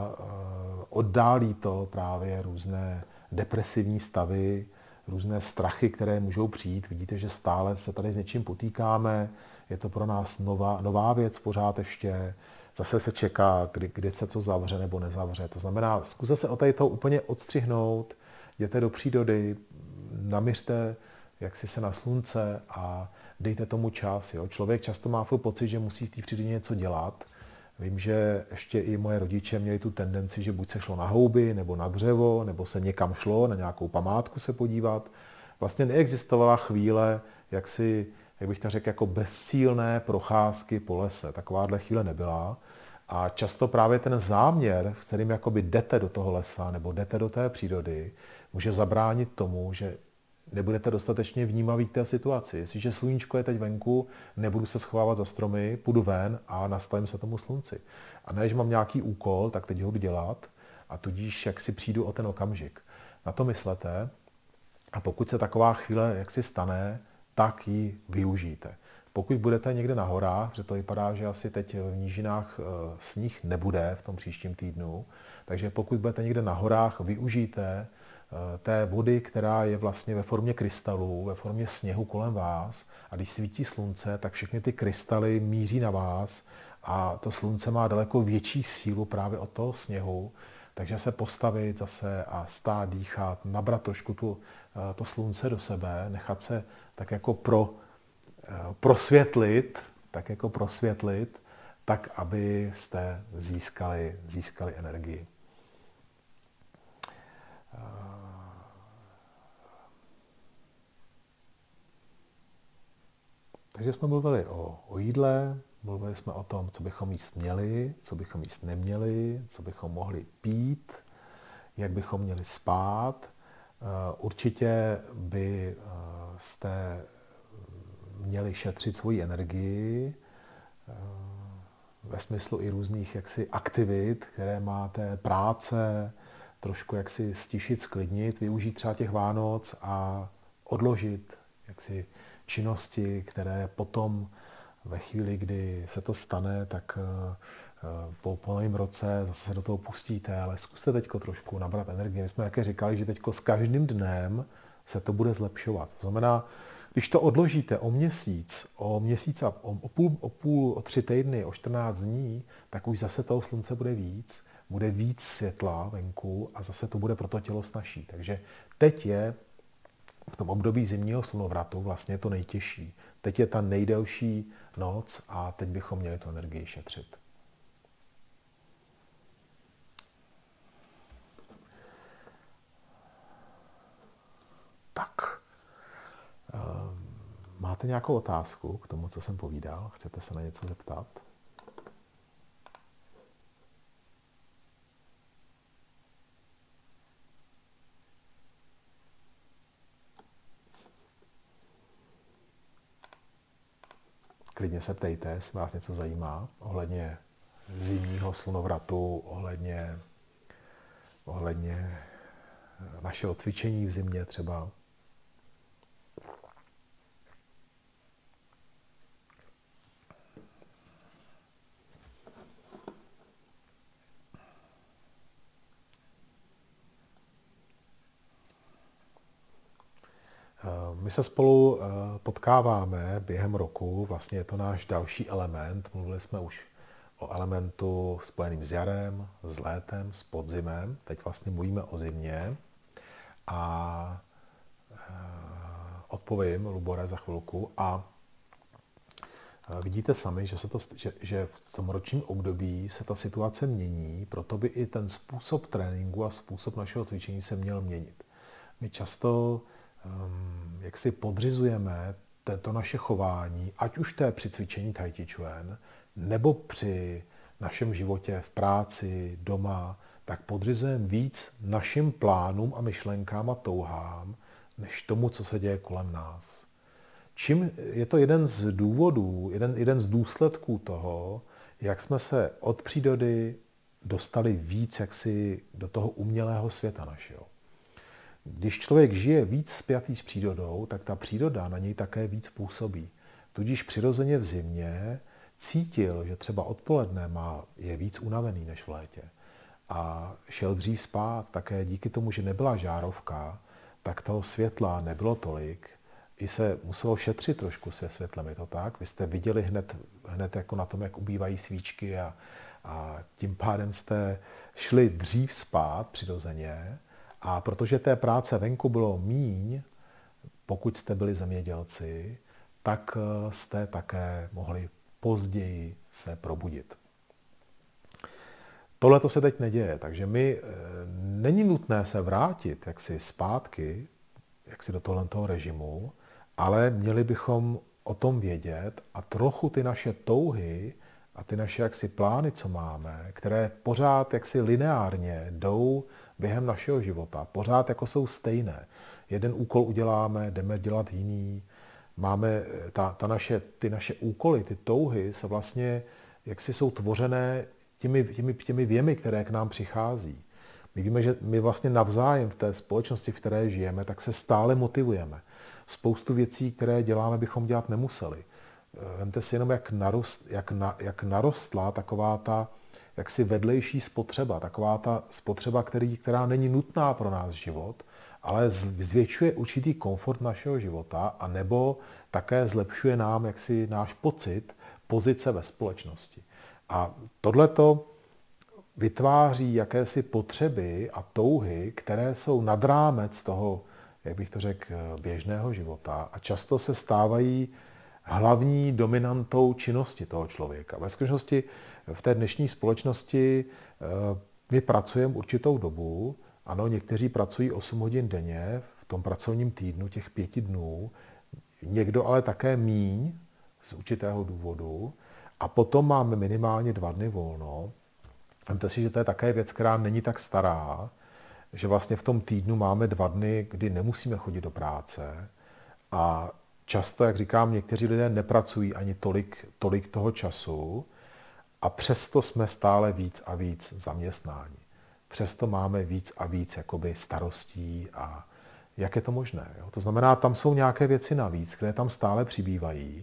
Speaker 1: oddálí to právě různé depresivní stavy, různé strachy, které můžou přijít. Vidíte, že stále se tady s něčím potýkáme, je to pro nás nová, nová věc pořád ještě. Zase se čeká, kdy, kdy se co zavře nebo nezavře. To znamená, zkuste se o tady to úplně odstřihnout, jděte do přírody, naměřte jak si se na slunce a dejte tomu čas. Jo? Člověk často má pocit, že musí v té přírodě něco dělat. Vím, že ještě i moje rodiče měli tu tendenci, že buď se šlo na houby, nebo na dřevo, nebo se někam šlo, na nějakou památku se podívat. Vlastně neexistovala chvíle, jak si, jak bych tak řekl, jako bezcílné procházky po lese. Takováhle chvíle nebyla. A často právě ten záměr, v kterým jakoby jdete do toho lesa, nebo jdete do té přírody, může zabránit tomu, že nebudete dostatečně vnímaví k té situaci. Jestliže sluníčko je teď venku, nebudu se schovávat za stromy, půjdu ven a nastavím se tomu slunci. A ne, že mám nějaký úkol, tak teď ho jdu dělat a tudíž jak si přijdu o ten okamžik. Na to myslete. A pokud se taková chvíle jaksi stane, tak ji využijte. Pokud budete někde na horách, protože to vypadá, že asi teď v nížinách sníh nebude v tom příštím týdnu, takže pokud budete někde na horách, využijte té vody, která je vlastně ve formě krystalů, ve formě sněhu kolem vás. A když svítí slunce, tak všechny ty krystaly míří na vás a to slunce má daleko větší sílu právě od toho sněhu. Takže se postavit zase a stát, dýchat, nabrat trošku tu, to slunce do sebe, nechat se tak jako pro, prosvětlit, tak jako prosvětlit, tak, abyste získali, získali energii. Takže jsme mluvili o, o jídle, mluvili jsme o tom, co bychom jíst měli, co bychom jíst neměli, co bychom mohli pít, jak bychom měli spát. Určitě byste měli šetřit svoji energii ve smyslu i různých jaksi aktivit, které máte, práce, trošku jaksi stišit, sklidnit, využít třeba těch Vánoc a odložit jaksi činnosti, které potom ve chvíli, kdy se to stane, tak po, po novém roce zase se do toho pustíte, ale zkuste teďko trošku nabrat energie. My jsme také říkali, že teďko s každým dnem se to bude zlepšovat. To znamená, když to odložíte o měsíc, o měsíc a o, o, půl, o půl, o tři týdny, o čtrnáct dní, tak už zase toho slunce bude víc, bude víc světla venku a zase to bude pro to tělo snazší. Takže teď je v tom období zimního slunovratu vlastně to nejtěžší. Teď je ta nejdelší noc a teď bychom měli tu energii šetřit. Tak. Máte nějakou otázku k tomu, co jsem povídal? Chcete se na něco zeptat? Klidně se ptejte, jestli vás něco zajímá ohledně zimního slunovratu, ohledně, ohledně našeho cvičení v zimě třeba. My se spolu potkáváme během roku, vlastně je to náš další element. Mluvili jsme už o elementu spojeným s jarem, s létem, s podzimem. Teď vlastně mluvíme o zimě. A odpovím, Lubore, za chvilku. A vidíte sami, že, se to, že, že v tom ročním období se ta situace mění, proto by i ten způsob tréninku a způsob našeho cvičení se měl měnit. My často jak si podřizujeme to naše chování, ať už to je při cvičení Tai Chi Chuan, nebo při našem životě v práci, doma, tak podřizujeme víc našim plánům a myšlenkám a touhám, než tomu, co se děje kolem nás. Čím je to jeden z důvodů, jeden, jeden z důsledků toho, jak jsme se od přírody dostali víc jaksi do toho umělého světa našeho. Když člověk žije víc spjatý s přírodou, tak ta příroda na něj také víc působí. Tudíž přirozeně v zimě cítil, že třeba odpoledne má, je víc unavený než v létě a šel dřív spát, také díky tomu, že nebyla žárovka, tak toho světla nebylo tolik. I se muselo šetřit trošku se světlem, je to tak? Vy jste viděli hned, hned jako na tom, jak ubývají svíčky a, a tím pádem jste šli dřív spát přirozeně. A protože té práce venku bylo míň, pokud jste byli zemědělci, tak jste také mohli později se probudit. Tohle to se teď neděje, takže my není nutné se vrátit jaksi zpátky jaksi do tohoto režimu, ale měli bychom o tom vědět a trochu ty naše touhy a ty naše jaksi plány, co máme, které pořád jaksi lineárně jdou během našeho života, pořád jako jsou stejné. Jeden úkol uděláme, jdeme dělat jiný. Máme ta, ta naše, ty naše úkoly, ty touhy se vlastně jaksi jsou tvořené těmi, těmi, těmi věmi, které k nám přichází. My víme, že my vlastně navzájem v té společnosti, v které žijeme, tak se stále motivujeme. Spoustu věcí, které děláme, bychom dělat nemuseli. Vemte si jenom, jak, narost, jak, na, jak narostla taková ta jaksi vedlejší spotřeba, taková ta spotřeba, který, která není nutná pro náš život, ale zvětšuje určitý komfort našeho života a nebo také zlepšuje nám jaksi náš pocit, pozice ve společnosti. A tohleto vytváří jakési potřeby a touhy, které jsou nad rámec toho, jak bych to řekl, běžného života a často se stávají hlavní dominantou činnosti toho člověka. Ve skutečnosti v té dnešní společnosti my pracujeme určitou dobu, ano, někteří pracují osm hodin denně v tom pracovním týdnu, těch pěti dnů, někdo ale také míň z určitého důvodu a potom máme minimálně dva dny volno. Vemte si, že to je také věc, která není tak stará, že vlastně v tom týdnu máme dva dny, kdy nemusíme chodit do práce a často, jak říkám, někteří lidé nepracují ani tolik, tolik toho času a přesto jsme stále víc a víc zaměstnáni. Přesto máme víc a víc jakoby starostí a jak je to možné. Jo? To znamená, tam jsou nějaké věci navíc, které tam stále přibývají.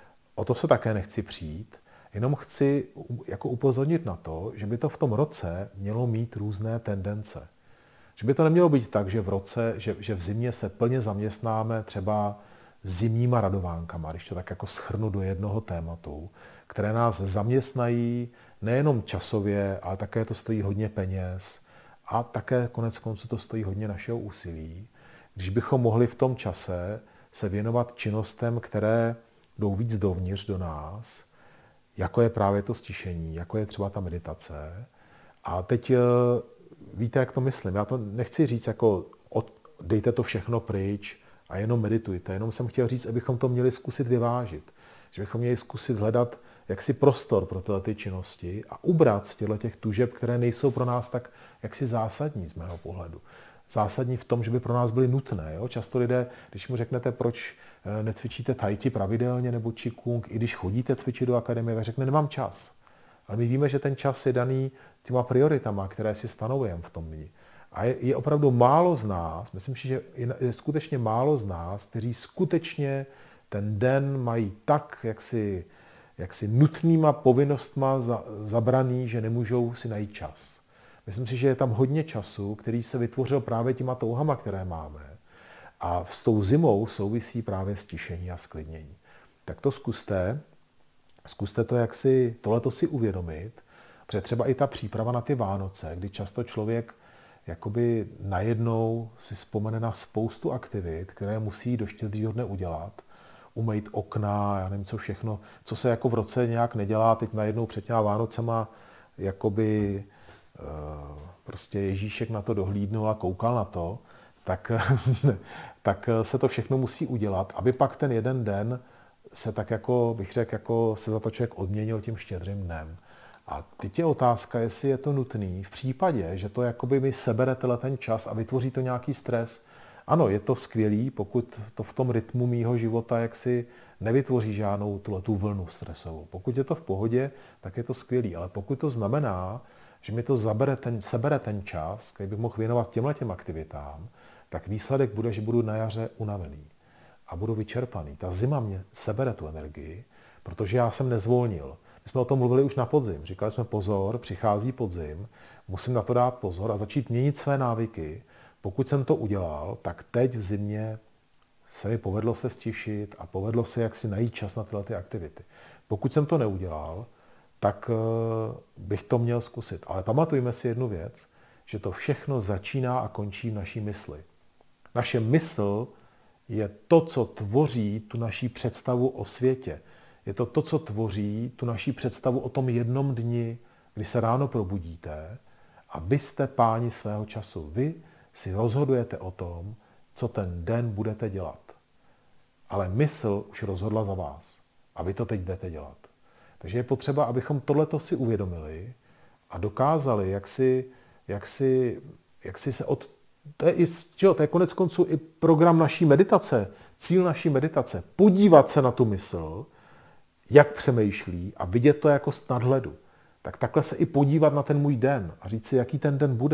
Speaker 1: O to se také nechci přijít, jenom chci jako upozornit na to, že by to v tom roce mělo mít různé tendence. Že by to nemělo být tak, že v roce, že, že v zimě se plně zaměstnáme třeba zimníma radovánkama, když to tak jako shrnu do jednoho tématu, které nás zaměstnají nejenom časově, ale také to stojí hodně peněz a také konec konců to stojí hodně našeho úsilí. Když bychom mohli v tom čase se věnovat činnostem, které jdou víc dovnitř do nás, jako je právě to stišení, jako je třeba ta meditace. A teď víte, jak to myslím. Já to nechci říct jako od, dejte to všechno pryč a jenom meditujte. Jenom jsem chtěl říct, abychom to měli zkusit vyvážit. Že bychom měli zkusit hledat jaksi prostor pro tyhle ty činnosti a ubrat z těchto těch tužeb, které nejsou pro nás tak jaksi zásadní z mého pohledu. Zásadní v tom, že by pro nás byly nutné. Jo? Často lidé, když mu řeknete, proč necvičíte tai chi pravidelně nebo qigong, i když chodíte cvičit do akademie, tak řekne, nemám čas. Ale my víme, že ten čas je daný těma prioritama, které si stanovujeme v tom dni. A je, je opravdu málo z nás, myslím si, že je, je skutečně málo z nás, kteří skutečně ten den mají tak, jaksi, jaksi nutnýma povinnostma za, zabraný, že nemůžou si najít čas. Myslím si, že je tam hodně času, který se vytvořil právě těma touhama, které máme. A s tou zimou souvisí právě stišení a sklidnění. Tak to zkuste, zkuste to jaksi, tohleto si uvědomit, protože třeba i ta příprava na ty Vánoce, kdy často člověk jakoby najednou si vzpomene na spoustu aktivit, které musí do štědrýho dne udělat, umýt okna, já nevím co všechno, co se jako v roce nějak nedělá, teď najednou před těma Vánocema jakoby prostě Ježíšek na to dohlídnul a koukal na to, tak, tak se to všechno musí udělat, aby pak ten jeden den se tak jako, bych řekl, jako se za to člověk odměnil tím štědrým dnem. A teď je otázka, jestli je to nutný v případě, že to jakoby mi sebere ten čas a vytvoří to nějaký stres. Ano, je to skvělý, pokud to v tom rytmu mýho života jaksi nevytvoří žádnou tu vlnu stresovou. Pokud je to v pohodě, tak je to skvělý, ale pokud to znamená, že mi to zabere ten, sebere ten čas, který bych mohl věnovat těmhletěm aktivitám, tak výsledek bude, že budu na jaře unavený a budu vyčerpaný. Ta zima mě sebere tu energii, protože já jsem nezvolnil. My jsme o tom mluvili už na podzim. Říkali jsme pozor, přichází podzim, musím na to dát pozor a začít měnit své návyky. Pokud jsem to udělal, tak teď v zimě se mi povedlo se stišit a povedlo se jak si najít čas na tyhle ty aktivity. Pokud jsem to neudělal, tak bych to měl zkusit. Ale pamatujme si jednu věc, že to všechno začíná a končí v naší mysli. Naše mysl je to, co tvoří tu naší představu o světě. Je to to, co tvoří tu naší představu o tom jednom dni, kdy se ráno probudíte a vy jste páni svého času. Vy si rozhodujete o tom, co ten den budete dělat. Ale mysl už rozhodla za vás a vy to teď jdete dělat. Takže je potřeba, abychom tohleto si uvědomili a dokázali, jak si, jak si, jak si se od... To je, i, čo, to je konec konců i program naší meditace, cíl naší meditace. Podívat se na tu mysl, jak přemýšlí a vidět to jako z nadhledu. Tak takhle se i podívat na ten můj den a říct si, jaký ten den bude.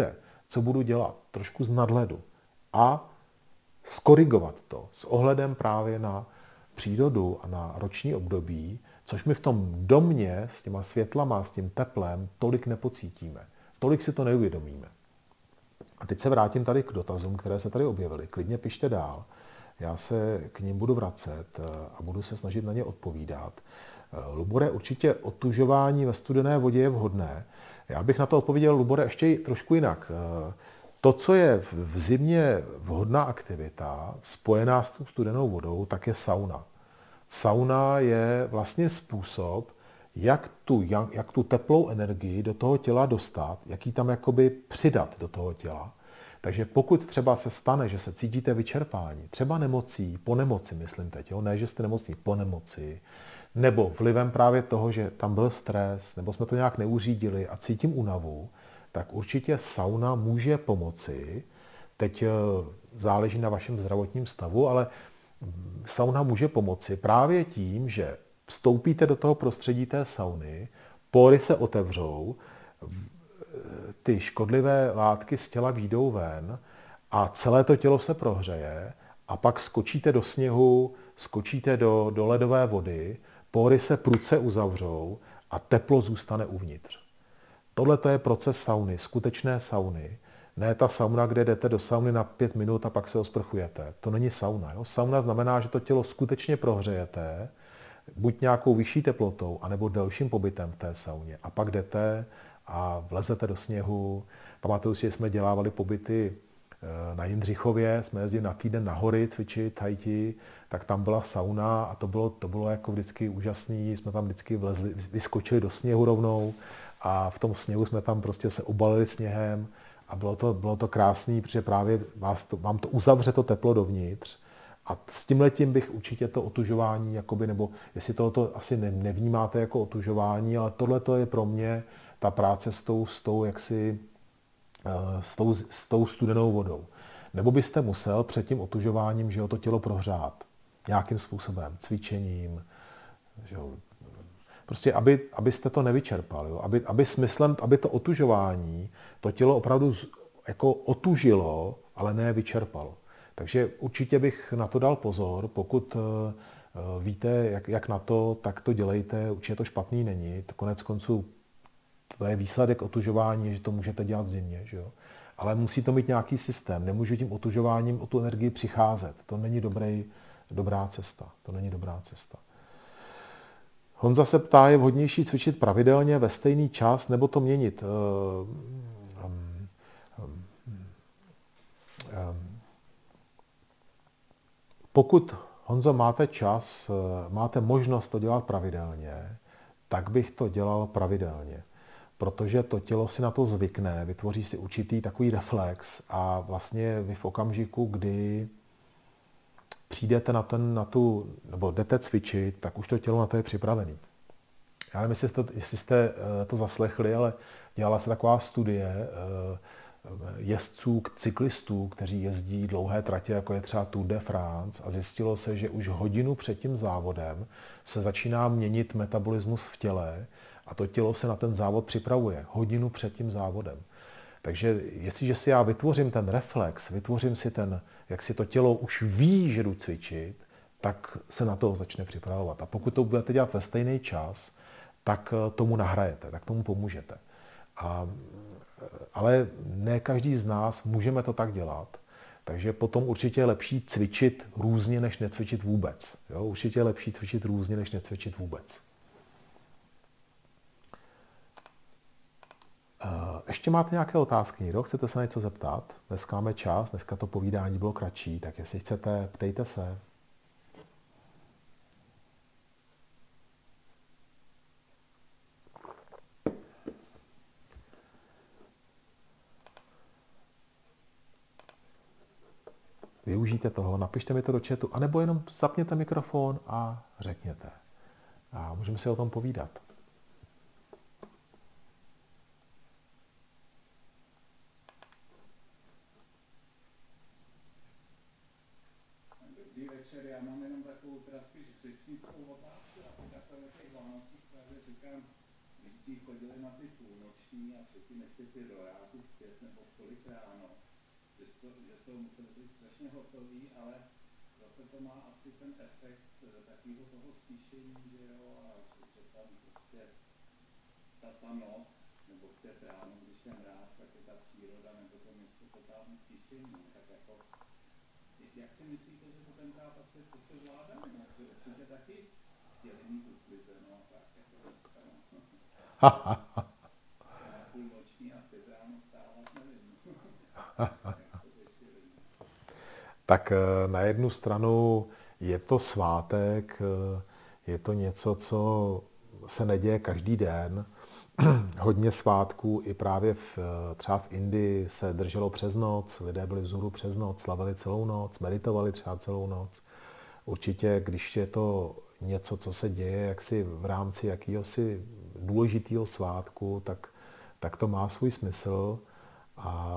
Speaker 1: co budu dělat, trošku z nadhledu a skorigovat to s ohledem právě na přírodu a na roční období, což my v tom domě s těma světlama, s tím teplem tolik nepocítíme. Tolik si to neuvědomíme. A teď se vrátím tady k dotazům, které se tady objevily. Klidně pište dál. Já se k nim budu vracet a budu se snažit na ně odpovídat. Lubore, určitě otužování ve studené vodě je vhodné. Já bych na to odpověděl, Lubore, ještě trošku jinak. To, co je v zimě vhodná aktivita, spojená s tou studenou vodou, tak je sauna. Sauna je vlastně způsob, jak tu, jak, jak tu teplou energii do toho těla dostat, jak ji tam jakoby přidat do toho těla. Takže pokud třeba se stane, že se cítíte vyčerpání, třeba nemocí, po nemoci, myslím teď, jo? Ne, že jste nemocní, po nemoci, nebo vlivem právě toho, že tam byl stres, nebo jsme to nějak neuřídili a cítím únavu, tak určitě sauna může pomoci. Teď záleží na vašem zdravotním stavu, ale sauna může pomoci právě tím, že vstoupíte do toho prostředí té sauny, pory se otevřou, ty škodlivé látky z těla výjdou ven a celé to tělo se prohřeje a pak skočíte do sněhu, skočíte do, do ledové vody, pory se prudce uzavřou a teplo zůstane uvnitř. Tohle to je proces sauny, skutečné sauny. Ne ta sauna, kde jdete do sauny na pět minut a pak se osprchujete. To není sauna. Jo? Sauna znamená, že to tělo skutečně prohřejete, buď nějakou vyšší teplotou, anebo delším pobytem v té sauně. A pak jdete a vlezete do sněhu. Pamatuju si, že jsme dělávali pobyty na Jindřichově, jsme jezdili na týden na hory cvičit, Tahiti, tak tam byla sauna a to bylo, to bylo jako vždycky úžasný. Jsme tam vždycky vlezli, vyskočili do sněhu rovnou a v tom sněhu jsme tam prostě se obalili sněhem a bylo to, bylo to krásný, protože právě vás to, vám to uzavře to teplo dovnitř. A s tímhletím bych určitě to otužování, jakoby, nebo jestli tohoto asi nevnímáte jako otužování, ale tohle je pro mě ta práce s tou, s tou, jaksi, s tou, s tou studenou vodou. Nebo byste musel před tím otužováním, že jo, to tělo prohřát nějakým způsobem, cvičením, že jo, prostě, aby, abyste to nevyčerpali, jo, aby, aby smyslem, aby to otužování, to tělo opravdu jako otužilo, ale ne vyčerpalo. Takže určitě bych na to dal pozor, pokud víte, jak, jak na to, tak to dělejte, určitě to špatný není. To konec konců, to je výsledek otužování, že to můžete dělat v zimě, že jo? Ale musí to mít nějaký systém. Nemůžu tím otužováním o tu energii přicházet. To není dobrý, dobrá cesta. To není dobrá cesta. Honza se ptá, je vhodnější cvičit pravidelně ve stejný čas, nebo to měnit? Um, um, um, um, Pokud, Honzo, máte čas, máte možnost to dělat pravidelně, tak bych to dělal pravidelně. Protože to tělo si na to zvykne, vytvoří si určitý takový reflex a vlastně vy v okamžiku, kdy přijdete na, ten, na tu, nebo jdete cvičit, tak už to tělo na to je připravený. Já nevím, jestli jste, jestli jste to zaslechli, ale dělala se taková studie jezdců, cyklistů, kteří jezdí dlouhé tratě, jako je třeba Tour de France, a zjistilo se, že už hodinu před tím závodem se začíná měnit metabolismus v těle a to tělo se na ten závod připravuje. Hodinu před tím závodem. Takže jestliže si já vytvořím ten reflex, vytvořím si ten, jak si to tělo už ví, že jdu cvičit, tak se na to začne připravovat. A pokud to budete dělat ve stejný čas, tak tomu nahrajete, tak tomu pomůžete. A, ale ne každý z nás můžeme to tak dělat. Takže potom určitě je lepší cvičit různě, než necvičit vůbec. Jo? Určitě je lepší cvičit různě, než necvičit vůbec. Ještě máte nějaké otázky, někdo? Chcete se na něco zeptat? Dneska máme čas, dneska to povídání bylo kratší, tak jestli chcete, ptejte se. Využijte toho, napište mi to do chatu, anebo jenom zapněte mikrofon a řekněte. A můžeme si o tom povídat.
Speaker 2: Dobrý večer, já mám jenom takovou teda spíš řečnickou otázku. A takhle ve těch Vánocích právě říkám, když dřív chodili na ty půlnoční náročný a předtím ještě ty rojáky v pět nebo v kolik ráno, že z toho, že z toho museli být strašně hotový, ale zase to má asi ten efekt takového toho stíšení, že jo, a že, že tam prostě ta, ta noc, nebo v pět ráno, když je mráz, tak je ta příroda nebo to město totální stíšení, tak jako, jak si myslíte, že to tenkrát asi prostě zvládali, no, že určitě taky chtěli mít uklizeno, tak jako dneska, no. Na půl noční a v pět ráno vstávat, nevím, jak to řešili.
Speaker 1: Tak na jednu stranu je to svátek, je to něco, co se neděje každý den. Hodně svátků i právě v, třeba v Indii se drželo přes noc, lidé byli vzhůru přes noc, slavili celou noc, meditovali třeba celou noc. Určitě, když je to něco, co se děje jaksi v rámci jakýhosi důležitého svátku, tak, tak to má svůj smysl. A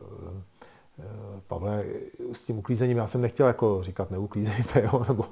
Speaker 1: Pavle, s tím uklízením, já jsem nechtěl jako říkat neuklízejte, jo, nebo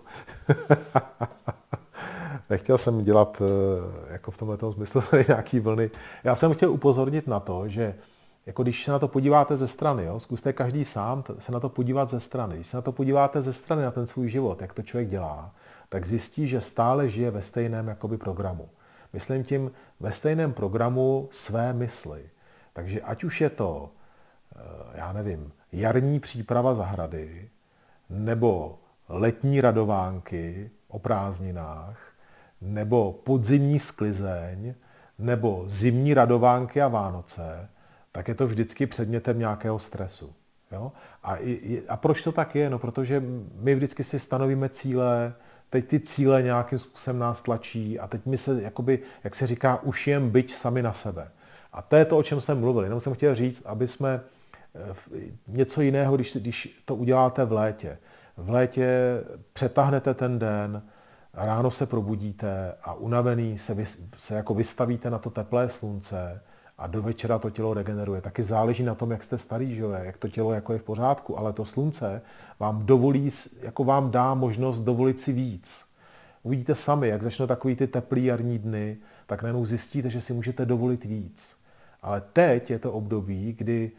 Speaker 1: nechtěl jsem dělat jako v tomto smyslu nějaký vlny. Já jsem chtěl upozornit na to, že jako když se na to podíváte ze strany, jo, zkuste každý sám se na to podívat ze strany. Když se na to podíváte ze strany na ten svůj život, jak to člověk dělá, tak zjistí, že stále žije ve stejném jakoby programu. Myslím tím ve stejném programu své mysli. Takže ať už je to, já nevím, jarní příprava zahrady, nebo letní radovánky o prázdninách, nebo podzimní sklizeň, nebo zimní radovánky a Vánoce, tak je to vždycky předmětem nějakého stresu. Jo? A, i, a proč to tak je? No, protože my vždycky si stanovíme cíle, teď ty cíle nějakým způsobem nás tlačí a teď my se, jakoby, jak se říká, ušijem bič sami na sebe. A to je to, o čem jsem mluvil. Jenom jsem chtěl říct, aby jsme něco jiného, když, když to uděláte v létě. V létě přetáhnete ten den, ráno se probudíte a unavený se, vy, se jako vystavíte na to teplé slunce a do večera to tělo regeneruje. Taky záleží na tom, jak jste starý, že? Jak to tělo jako je v pořádku, ale to slunce vám dovolí, jako vám dá možnost dovolit si víc. Uvidíte sami, jak začnou takový ty teplý jarní dny, tak najednou zjistíte, že si můžete dovolit víc. Ale teď je to období, kdy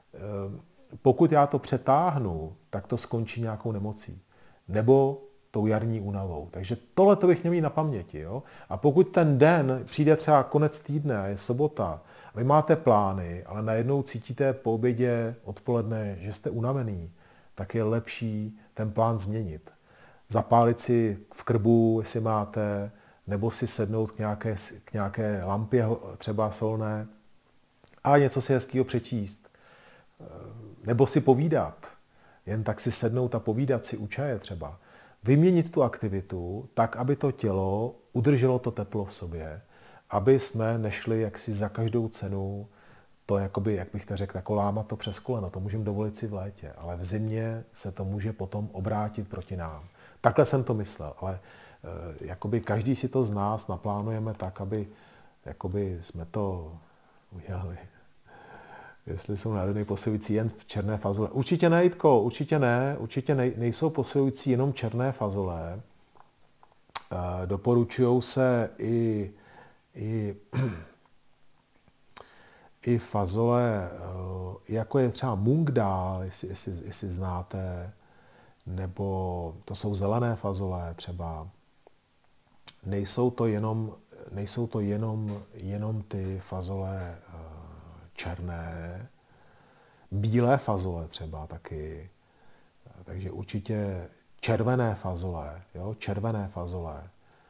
Speaker 1: pokud já to přetáhnu, tak to skončí nějakou nemocí. Nebo tou jarní únavou. Takže tohle to bych měl mít na paměti. Jo? A pokud ten den přijde třeba konec týdne a je sobota, vy máte plány, ale najednou cítíte po obědě odpoledne, že jste unavený, tak je lepší ten plán změnit. Zapálit si v krbu, jestli máte, nebo si sednout k nějaké, k nějaké lampě třeba solné a něco si hezkýho přečíst. Nebo si povídat. Jen tak si sednout a povídat si u čaje třeba. Vyměnit tu aktivitu tak, aby to tělo udrželo to teplo v sobě, aby jsme nešli jaksi za každou cenu to, jakoby, jak bych to řekl, jako lámat to přes koleno. To můžeme dovolit si v létě, ale v zimě se to může potom obrátit proti nám. Takhle jsem to myslel, ale e, jakoby každý si to z nás naplánujeme tak, aby jakoby jsme to udělali. Jestli jsou nádherné posilující jen v černé fazole. Určitě ne, Jitko, určitě ne. Určitě nej, nejsou posilující jenom černé fazole. E, doporučují se i, i, i fazole, jako je třeba Mung Dal, jestli, jestli, jestli znáte, nebo to jsou zelené fazole třeba. Nejsou to jenom, nejsou to jenom, jenom ty fazole černé, bílé fazole třeba taky. Takže určitě červené fazole, jo, červené fazole.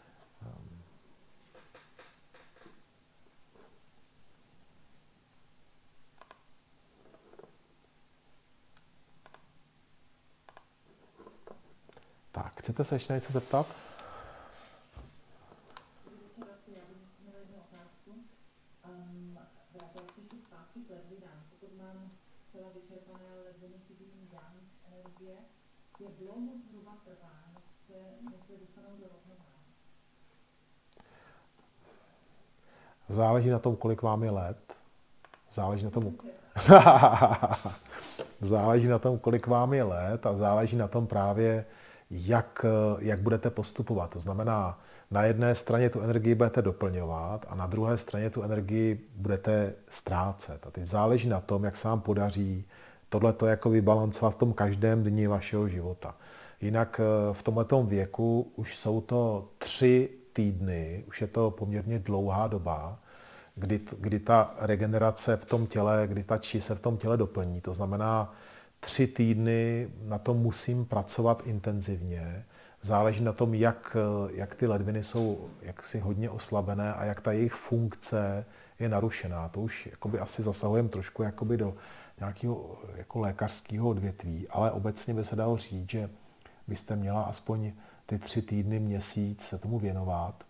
Speaker 1: Tak, chcete se ještě něco zeptat? Záleží na tom, kolik vám je let. Záleží na tom, záleží na tom, kolik vám je let a záleží na tom právě, jak, jak budete postupovat. To znamená, na jedné straně tu energii budete doplňovat a na druhé straně tu energii budete ztrácet. A teď záleží na tom, jak se vám podaří tohleto jako vybalancovat v tom každém dni vašeho života. Jinak v tomhletom věku už jsou to tři týdny, už je to poměrně dlouhá doba, kdy, kdy ta regenerace v tom těle, kdy ta či se v tom těle doplní. To znamená, tři týdny na tom musím pracovat intenzivně. Záleží na tom, jak, jak ty ledviny jsou jaksi hodně oslabené a jak ta jejich funkce je narušená. To už jakoby asi zasahujeme trošku jakoby do nějakého jako lékařského odvětví, ale obecně by se dalo říct, že byste měla aspoň ty tři týdny, měsíc se tomu věnovat.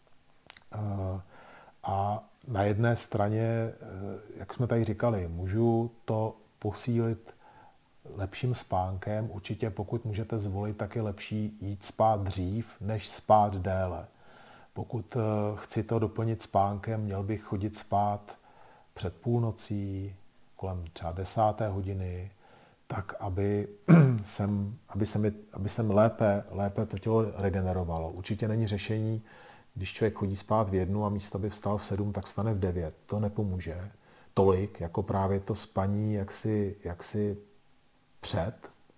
Speaker 1: A na jedné straně, jak jsme tady říkali, můžu to posílit lepším spánkem. Určitě pokud můžete zvolit, tak je lepší jít spát dřív, než spát déle. Pokud chci to doplnit spánkem, měl bych chodit spát před půlnocí, kolem třeba desáté hodiny, tak aby jsem, aby se mi, aby jsem lépe, lépe to tělo regenerovalo. Určitě není řešení, když člověk chodí spát v jednu a místo by vstal v sedm, tak vstane v devět. To nepomůže tolik, jako právě to spaní jaksi, jaksi před.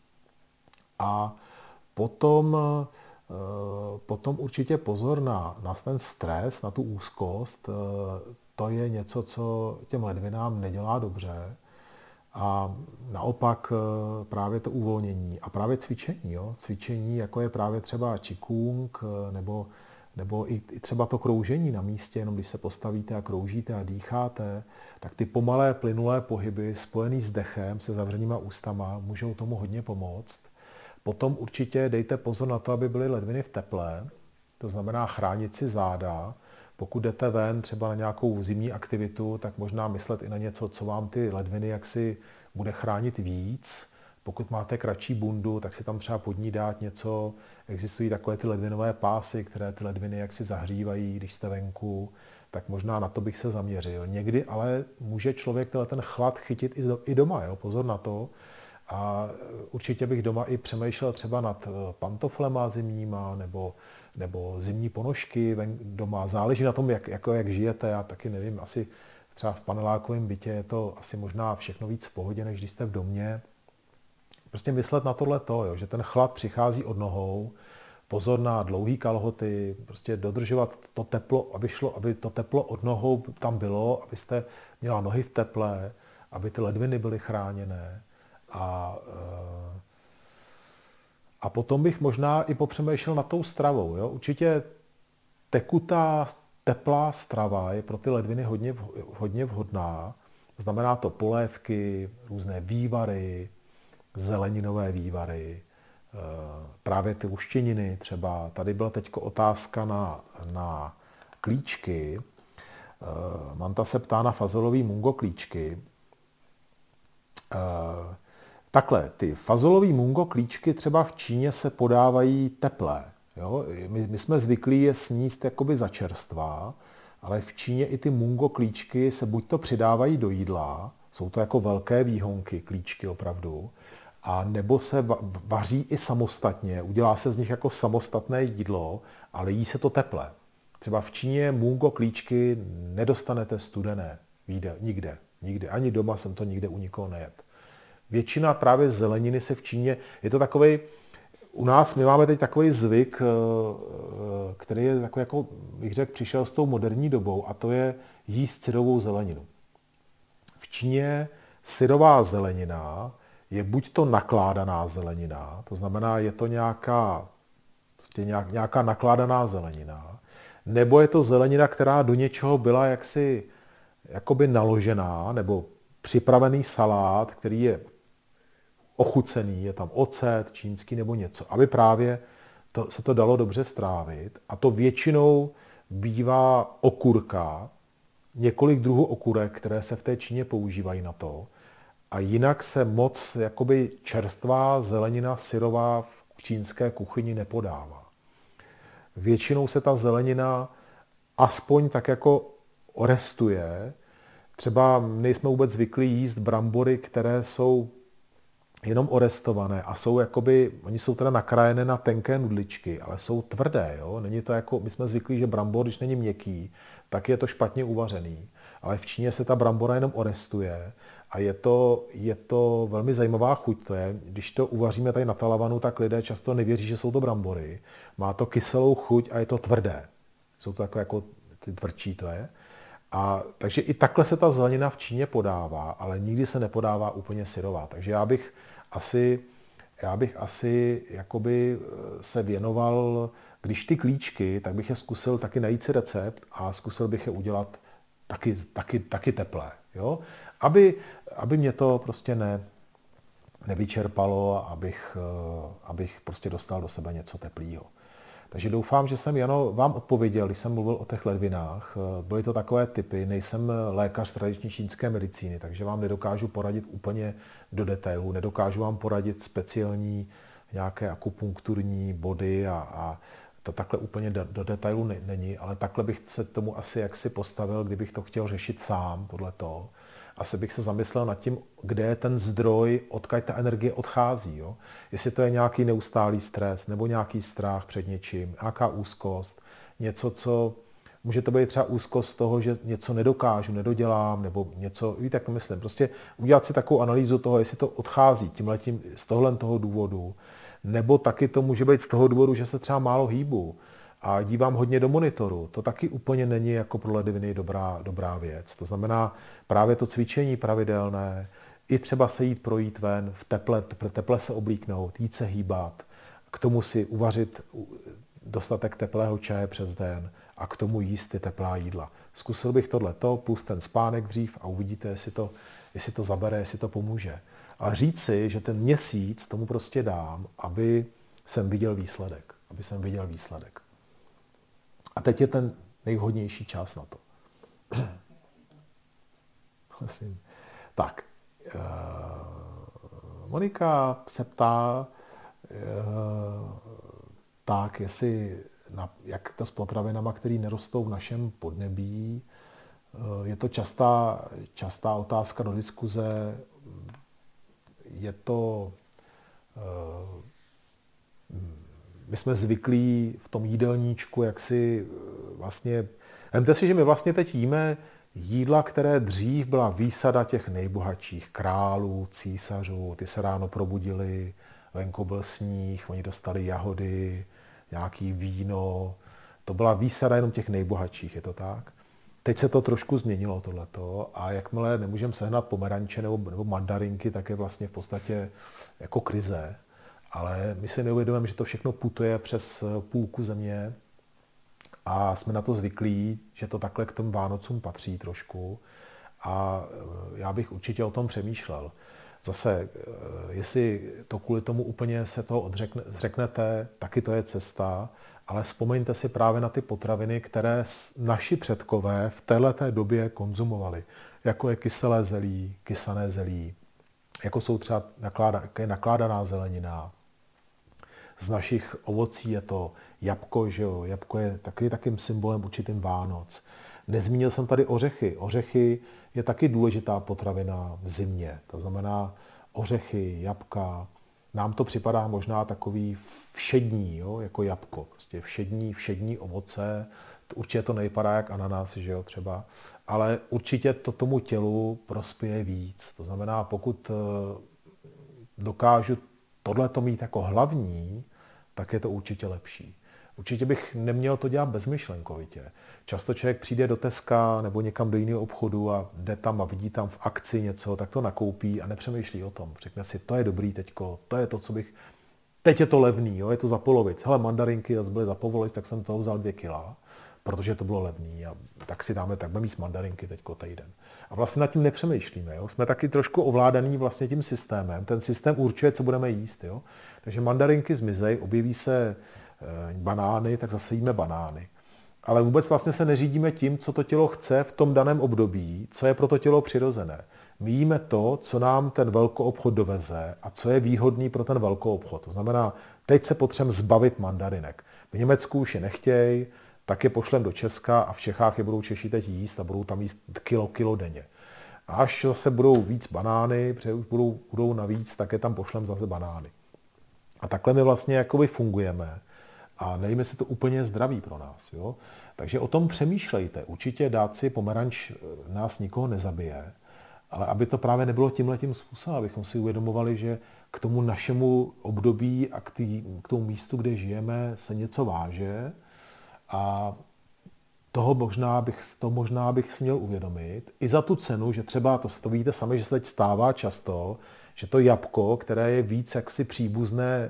Speaker 1: A potom, potom určitě pozor na, na ten stres, na tu úzkost. To je něco, co těm ledvinám nedělá dobře. A naopak právě to uvolnění a právě cvičení. Jo? Cvičení, jako je právě třeba Qigong, nebo, nebo i, i třeba to kroužení na místě, jenom když se postavíte a kroužíte a dýcháte, tak ty pomalé plynulé pohyby spojený s dechem, se zavřenýma ústama, můžou tomu hodně pomoct. Potom určitě dejte pozor na to, aby byly ledviny v teple, to znamená chránit si záda. Pokud jdete ven třeba na nějakou zimní aktivitu, tak možná myslet i na něco, co vám ty ledviny jaksi bude chránit víc. Pokud máte kratší bundu, tak si tam třeba pod ní dát něco. Existují takové ty ledvinové pásy, které ty ledviny jaksi zahřívají, když jste venku, tak možná na to bych se zaměřil. Někdy ale může člověk ten chlad chytit i doma, jo? Pozor na to. A určitě bych doma i přemýšlel třeba nad pantoflema zimníma nebo, nebo zimní ponožky doma. Záleží na tom, jak, jako jak žijete. Já taky nevím, asi třeba v panelákovém bytě je to asi možná všechno víc v pohodě, než když jste v domě. Prostě myslet na tohleto, jo, že ten chlad přichází od nohou, pozor na dlouhý kalhoty, prostě dodržovat to teplo, aby, šlo, aby to teplo od nohou tam bylo, abyste měla nohy v teple, aby ty ledviny byly chráněné. A, a potom bych možná i popřemýšlel nad tou stravou. Jo? Určitě tekutá, teplá strava je pro ty ledviny hodně, hodně vhodná. Znamená to polévky, různé vývary, zeleninové vývary, právě ty luštěniny třeba. Tady byla teď otázka na, na klíčky. Manta se ptá na fazolový mungo klíčky. Takhle, ty fazolový mungo klíčky třeba v Číně se podávají teplé. Jo? My, my jsme zvyklí je sníst jakoby za čerstvá, ale v Číně i ty mungo klíčky se buď to přidávají do jídla, jsou to jako velké výhonky, klíčky opravdu, a nebo se vaří i samostatně, udělá se z nich jako samostatné jídlo, ale jí se to teplé. Třeba v Číně mungo klíčky nedostanete studené, nikde, nikde, ani doma jsem to nikde u nikoho nejedl. Většina právě zeleniny se v Číně, je to takovej, u nás my máme teď takový zvyk, který je takový, jako bych řekl, přišel s tou moderní dobou, a to je jíst syrovou zeleninu. V Číně syrová zelenina je buď to nakládaná zelenina, to znamená, je to nějaká, prostě nějak, nějaká nakládaná zelenina, nebo je to zelenina, která do něčeho byla jaksi jakoby naložená, nebo připravený salát, který je ochucený, je tam ocet, čínský nebo něco, aby právě to, se to dalo dobře strávit. A to většinou bývá okurka, několik druhů okurek, které se v té Číně používají na to. A jinak se moc jakoby čerstvá zelenina syrová v čínské kuchyni nepodává. Většinou se ta zelenina aspoň tak jako orestuje. Třeba nejsme vůbec zvyklí jíst brambory, které jsou jenom orestované a jsou jakoby, oni jsou teda nakrájené na tenké nudličky, ale jsou tvrdé, jo. Není to jako, my jsme zvyklí, že brambor, když není měkký, tak je to špatně uvařený. Ale v Číně se ta brambora jenom orestuje a je to, je to velmi zajímavá chuť. To je, když to uvaříme tady na talavanu, tak lidé často nevěří, že jsou to brambory. Má to kyselou chuť a je to tvrdé. Jsou to takové jako ty tvrdší to je. A takže i takhle se ta zelenina v Číně podává, ale nikdy se nepodává úplně syrová. Takže já bych asi, já bych asi jakoby se věnoval, když ty klíčky, tak bych je zkusil taky najít si recept a zkusil bych je udělat taky, taky, taky teplé. Jo? Aby, aby mě to prostě ne, nevyčerpalo, abych, abych prostě dostal do sebe něco teplého. Takže doufám, že jsem, Jano, vám odpověděl, když jsem mluvil o těch ledvinách. Byly to takové typy, nejsem lékař tradiční čínské medicíny, takže vám nedokážu poradit úplně do detailu, nedokážu vám poradit speciální nějaké akupunkturní body a, a to takhle úplně do, do detailu ne, není, ale takhle bych se tomu asi jaksi postavil, kdybych to chtěl řešit sám, tohleto. Asi bych se zamyslel nad tím, kde je ten zdroj, odkud ta energie odchází. Jo? Jestli to je nějaký neustálý stres, nebo nějaký strach před něčím, nějaká úzkost, něco, co může to být třeba úzkost z toho, že něco nedokážu, nedodělám, nebo něco, víte, jak to myslím. Prostě udělat si takovou analýzu toho, jestli to odchází tímhletím, z tohle toho důvodu, nebo taky to může být z toho důvodu, že se třeba málo hýbu a dívám hodně do monitoru. To taky úplně není jako pro ledviny dobrá, dobrá věc. To znamená právě to cvičení pravidelné, i třeba se jít projít ven, v teple, teple se oblíknout, jít se hýbat, k tomu si uvařit dostatek teplého čaje přes den a k tomu jíst ty teplá jídla. Zkusil bych tohleto, plus ten spánek dřív a uvidíte, jestli to, jestli to zabere, jestli to pomůže. Ale říct si, že ten měsíc tomu prostě dám, aby jsem viděl výsledek. Aby jsem viděl výsledek. A teď je ten nejvhodnější čas na to. Tak. Monika se ptá, tak, jestli, jak to s potravinama, které nerostou v našem podnebí. Je to častá, častá otázka do diskuze. Je to... My jsme zvyklí v tom jídelníčku, jak si vlastně... Vemte si, že my vlastně teď jíme jídla, které dřív byla výsada těch nejbohatších králů, císařů. Ty se ráno probudili, venku byl sníh, oni dostali jahody, nějaký víno. To byla výsada jenom těch nejbohatších, je to tak? Teď se to trošku změnilo tohleto a jakmile nemůžeme sehnat pomeranče nebo, nebo mandarinky, tak je vlastně v podstatě jako krize. Ale my si neuvědomujeme, že to všechno putuje přes půlku země a jsme na to zvyklí, že to takhle k těm Vánocům patří trošku a já bych určitě o tom přemýšlel. Zase, jestli to kvůli tomu úplně se toho odřekne, zřeknete, taky to je cesta, ale vzpomeňte si právě na ty potraviny, které naši předkové v téhleté době konzumovali, jako je kyselé zelí, kysané zelí, jako jsou třeba nakláda, je nakládaná zelenina. Z našich ovocí je to jabko, že jo? Jabko je taky takým symbolem určitým Vánoc. Nezmínil jsem tady ořechy. Ořechy je taky důležitá potravina v zimě. To znamená ořechy, jabka. Nám to připadá možná takový všední, jo? Jako jabko. Prostě všední, všední ovoce. Určitě to nevypadá jak ananas, že jo, třeba. Ale určitě to tomu tělu prospěje víc. To znamená, pokud dokážu tohleto mít jako hlavní, tak je to určitě lepší. Určitě bych neměl to dělat bezmyšlenkovitě. Často člověk přijde do Teska nebo někam do jiného obchodu a jde tam a vidí tam v akci něco, tak to nakoupí a nepřemýšlí o tom. Řekne si, to je dobrý teďko, to je to, co bych... Teď je to levný, jo, je to za polovic. Hele, mandarinky byly za polovic, tak jsem toho vzal dvě kila, protože to bylo levný a tak si dáme, tak budeme jíst mandarinky teďko týden. A vlastně nad tím nepřemýšlíme. Jo? Jsme taky trošku ovládaný vlastně tím systémem. Ten systém určuje, co budeme jíst. Jo? Takže mandarinky zmizej, objeví se e, banány, tak zase jíme banány. Ale vůbec vlastně se neřídíme tím, co to tělo chce v tom daném období, co je pro to tělo přirozené. My jíme to, co nám ten velkoobchod doveze a co je výhodný pro ten velkoobchod. To znamená, teď se potřebujeme zbavit mandarinek. V Německu už je nechtějí, tak je pošlem do Česka a v Čechách je budou Češi teď jíst a budou tam jíst kilo, kilo denně. A až zase budou víc banány, protože už budou, budou navíc, tak je tam pošlem zase banány. A takhle my vlastně jakoby fungujeme a nevím, jestli to úplně zdraví pro nás. Jo? Takže o tom přemýšlejte. Určitě dát si pomeranč nás nikoho nezabije, ale aby to právě nebylo tímhletím způsobem, abychom si uvědomovali, že k tomu našemu období a k, tý, k tomu místu, kde žijeme, se něco váže a toho možná bych, to možná bych si měl uvědomit. I za tu cenu, že třeba, to, to víte sami, že se teď stává často, že to jabko, které je víc jaksi příbuzné,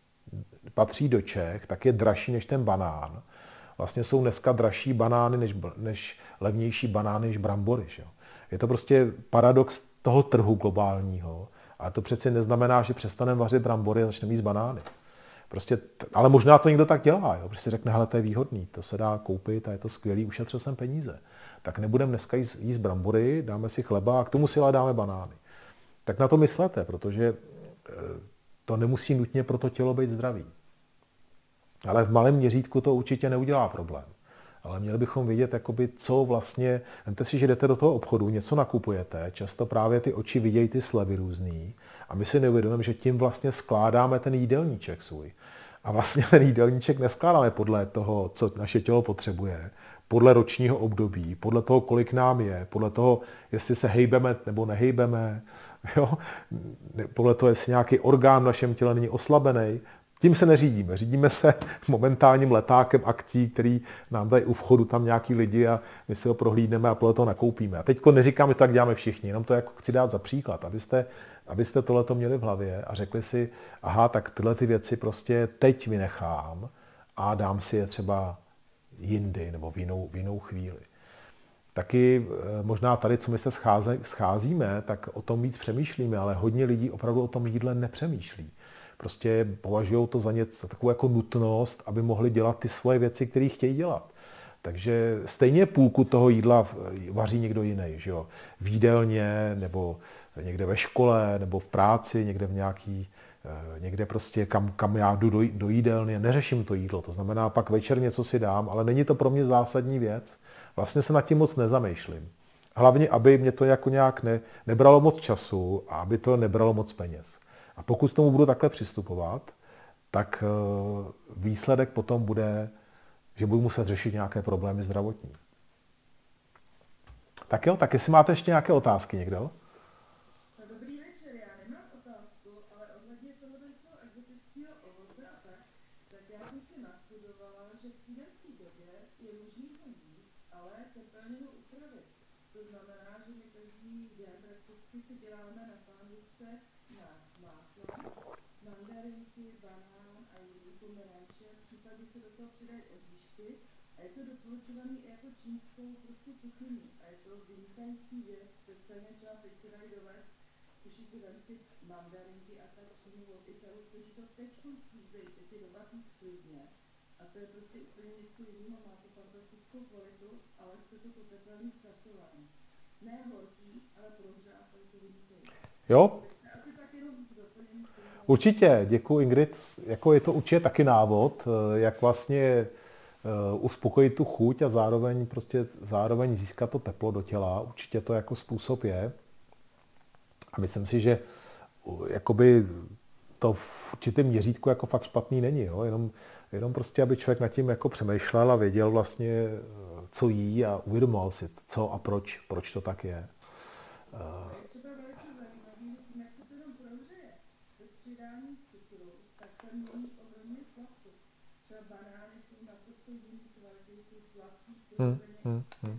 Speaker 1: patří do Čech, tak je dražší než ten banán. Vlastně jsou dneska dražší banány než, než levnější banány než brambory. Že? Je to prostě paradox toho trhu globálního, ale to přece neznamená, že přestaneme vařit brambory a začneme jíst banány. Prostě, ale možná to někdo tak dělá, jo? Prostě řekne, hele, to je výhodný, to se dá koupit a je to skvělý, ušetřil jsem peníze. Tak nebudeme dneska jíst, jíst brambory, dáme si chleba a k tomu si ale dáme banány. Tak na to myslete, protože to nemusí nutně pro to tělo být zdravý. Ale v malém měřítku to určitě neudělá problém. Ale měli bychom vědět, jakoby, co vlastně... Vemte si, že jdete do toho obchodu, něco nakupujete, často právě ty oči vidějí ty slevy různý a my si neuvědomujeme, že tím vlastně skládáme ten jídelníček svůj. A vlastně ten jídelníček neskládáme podle toho, co naše tělo potřebuje, podle ročního období, podle toho, kolik nám je, podle toho, jestli se hejbeme nebo nehejbeme, jo? Podle toho, jestli nějaký orgán v našem těle není oslabený. Tím se neřídíme. Řídíme se momentálním letákem akcí, který nám dají u vchodu tam nějaký lidi a my si ho prohlídneme a podle toho nakoupíme. A teďko neříkám, že to tak děláme všichni, jenom to jako chci dát za příklad, abyste, abyste tohleto měli v hlavě a řekli si, aha, tak tyhle ty věci prostě teď vynechám a dám si je třeba jindy nebo v jinou, v jinou chvíli. Taky možná tady, co my se scházíme, tak o tom víc přemýšlíme, ale hodně lidí opravdu o tom jídle nepřemýšlí. Prostě považují to za něco, takovou jako nutnost, aby mohli dělat ty svoje věci, které chtějí dělat. Takže stejně půlku toho jídla vaří někdo jiný, že jo? V jídelně, nebo někde ve škole, nebo v práci, někde v nějaký, někde prostě kam, kam já jdu do, do jídelny, neřeším to jídlo. To znamená, pak večer něco si dám, ale není to pro mě zásadní věc. Vlastně se nad tím moc nezamýšlím. Hlavně, aby mě to jako nějak ne, nebralo moc času a aby to nebralo moc peněz. A pokud k tomu budu takhle přistupovat, tak výsledek potom bude, že budu muset řešit nějaké problémy zdravotní. Tak jo, tak jestli máte ještě nějaké otázky někdo?
Speaker 3: Dobrý večer, já nemám otázku, ale ohledně toho exotického ovoce a tak, tak já jsem si nastudovala, že v týdenské době je možný ho jíst, ale tepelně ho upravit. To znamená, že my každý den prakticky si děláme na pánvičce s máslem, mandarinky, banán a jiný pomeranče, případně se do toho přidají oříšky a je to doporučovaný i jako čínskou prostě kuchyní a je to vynikající věc, speciálně třeba teď se dají dovést, tušíte tam ty mandarinky a tak přímo od Italů, kteří to teď sklízejí, teď je doba tý sklizně a to je prostě úplně něco jiného, má to fantastickou kvalitu, ale chce to to tepelné zpracování. Ne horký, ale prohřát, ale to vynikající.
Speaker 1: Jo?
Speaker 3: Asi tak jenom doplním.
Speaker 1: Určitě, děkuji Ingrid. Jako je to určitě taky návod, jak vlastně uspokojit tu chuť a zároveň, prostě, zároveň získat to teplo do těla. Určitě to jako způsob je. A myslím si, že jakoby to v určitém měřítku jako fakt špatný není. Jo? Jenom, jenom prostě, aby člověk nad tím jako přemýšlel a věděl vlastně, co jí a uvědomoval si, co a proč, proč to tak je. Hmm, hmm, hmm.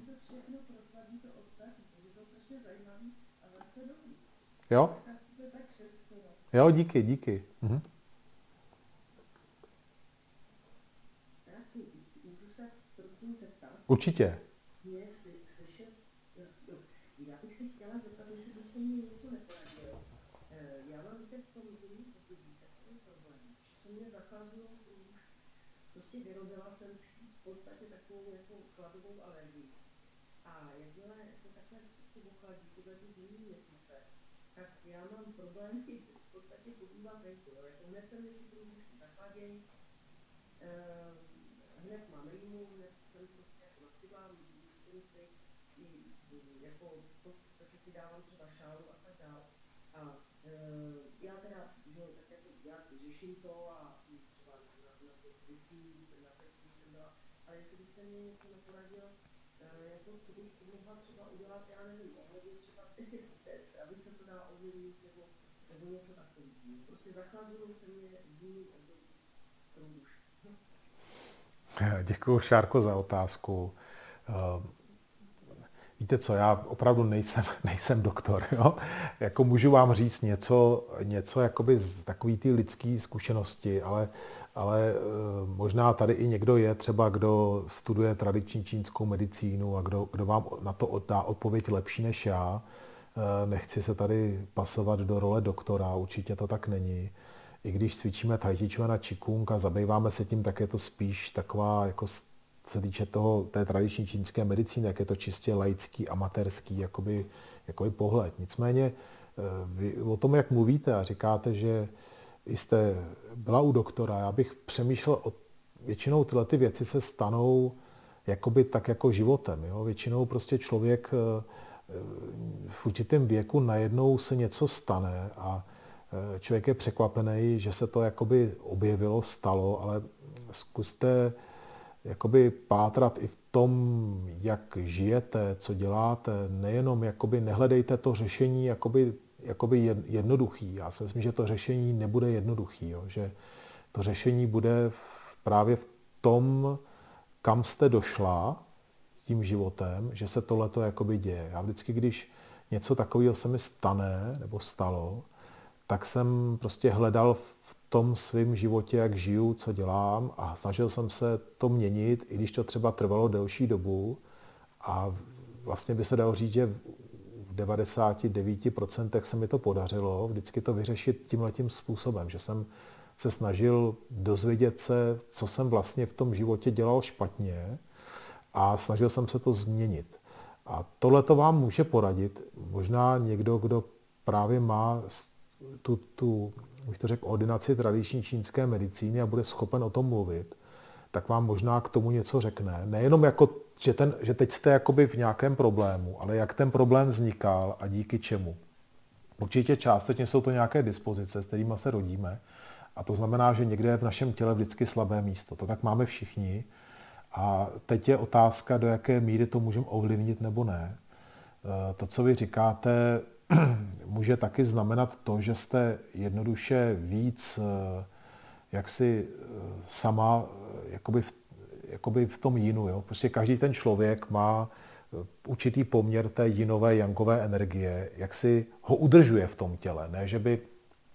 Speaker 1: Jo? Jo, díky, díky. Mhm. Určitě.
Speaker 3: Já bych se chtěla zeptat, jestli byste mi něco neporadil. Já mám víte v tom zimním období takový problém, že se mě zacházelo průžky. Prostě vyrobila jsem v podstatě takovou jako chladovou alergii. A jakmile se takhle prostě ochladí tyhle ty zimní měsíce, tak já mám problémy v podstatě pobývat venku. Jako hned se mě ty průžky zachladějí, hned mám rýmu, hned jsem prostě jako nasyvám, myslím si.
Speaker 4: i jako to, že si dávám třeba šálu a tak dále. A e, já teda, že tak jako já řeším to a třeba na, na těch věcích, na textích jsem byla, ale jestli byste mě něco neporadil, e, jako co bych mohla třeba udělat, já nevím, ohledně třeba jestli té stravy se to dá ovlivnit, nebo, nebo něco takového. Prostě zachlazují se mě zimní období průduš.
Speaker 1: Děkuji, Šárko, za otázku. Víte co, já opravdu nejsem, nejsem doktor, jo? Jako můžu vám říct něco, něco jakoby z takový ty lidský zkušenosti, ale, ale možná tady i někdo je třeba, kdo studuje tradiční čínskou medicínu a kdo, kdo vám na to dá odpověď lepší než já. Nechci se tady pasovat do role doktora, určitě to tak není. I když cvičíme tai chi chuan a qigong a zabýváme se tím, tak je to spíš taková, jako se týče toho, té tradiční čínské medicíny, jak je to čistě laický, amatérský jakoby, jakoby pohled. Nicméně vy o tom, jak mluvíte a říkáte, že jste byla u doktora, já bych přemýšlel, o, většinou tyhle ty věci se stanou jakoby tak jako životem. Jo? Většinou prostě člověk v určitém věku najednou se něco stane a člověk je překvapený, že se to jakoby objevilo, stalo, ale zkuste jakoby pátrat i v tom, jak žijete, co děláte, nejenom jakoby nehledejte to řešení jakoby, jakoby jednoduchý. Já si myslím, že to řešení nebude jednoduchý, jo? Že to řešení bude v, právě v tom, kam jste došla tím životem, že se tohleto jakoby děje. Já vždycky, když něco takového se mi stane nebo stalo, tak jsem prostě hledal v tom svém životě, jak žiju, co dělám a snažil jsem se to měnit, i když to třeba trvalo delší dobu. A vlastně by se dalo říct, že v devadesát devět procent se mi to podařilo vždycky to vyřešit tímhletím způsobem, že jsem se snažil dozvědět se, co jsem vlastně v tom životě dělal špatně a snažil jsem se to změnit. A tohle to vám může poradit možná někdo, kdo právě má tu, tu bych to řekl, ordinaci tradiční čínské medicíny a bude schopen o tom mluvit, tak vám možná k tomu něco řekne. Nejenom jako, že, ten, že teď jste jakoby v nějakém problému, ale jak ten problém vznikal a díky čemu. Určitě částečně jsou to nějaké dispozice, s kterými se rodíme. A to znamená, že někde je v našem těle vždycky slabé místo. To tak máme všichni. A teď je otázka, do jaké míry to můžeme ovlivnit nebo ne. To, co vy říkáte, může taky znamenat to, že jste jednoduše víc jaksi sama jakoby v, jakoby v tom jinu. Jo? Prostě každý ten člověk má určitý poměr té jinové, jankové energie, jak si ho udržuje v tom těle. Ne, že by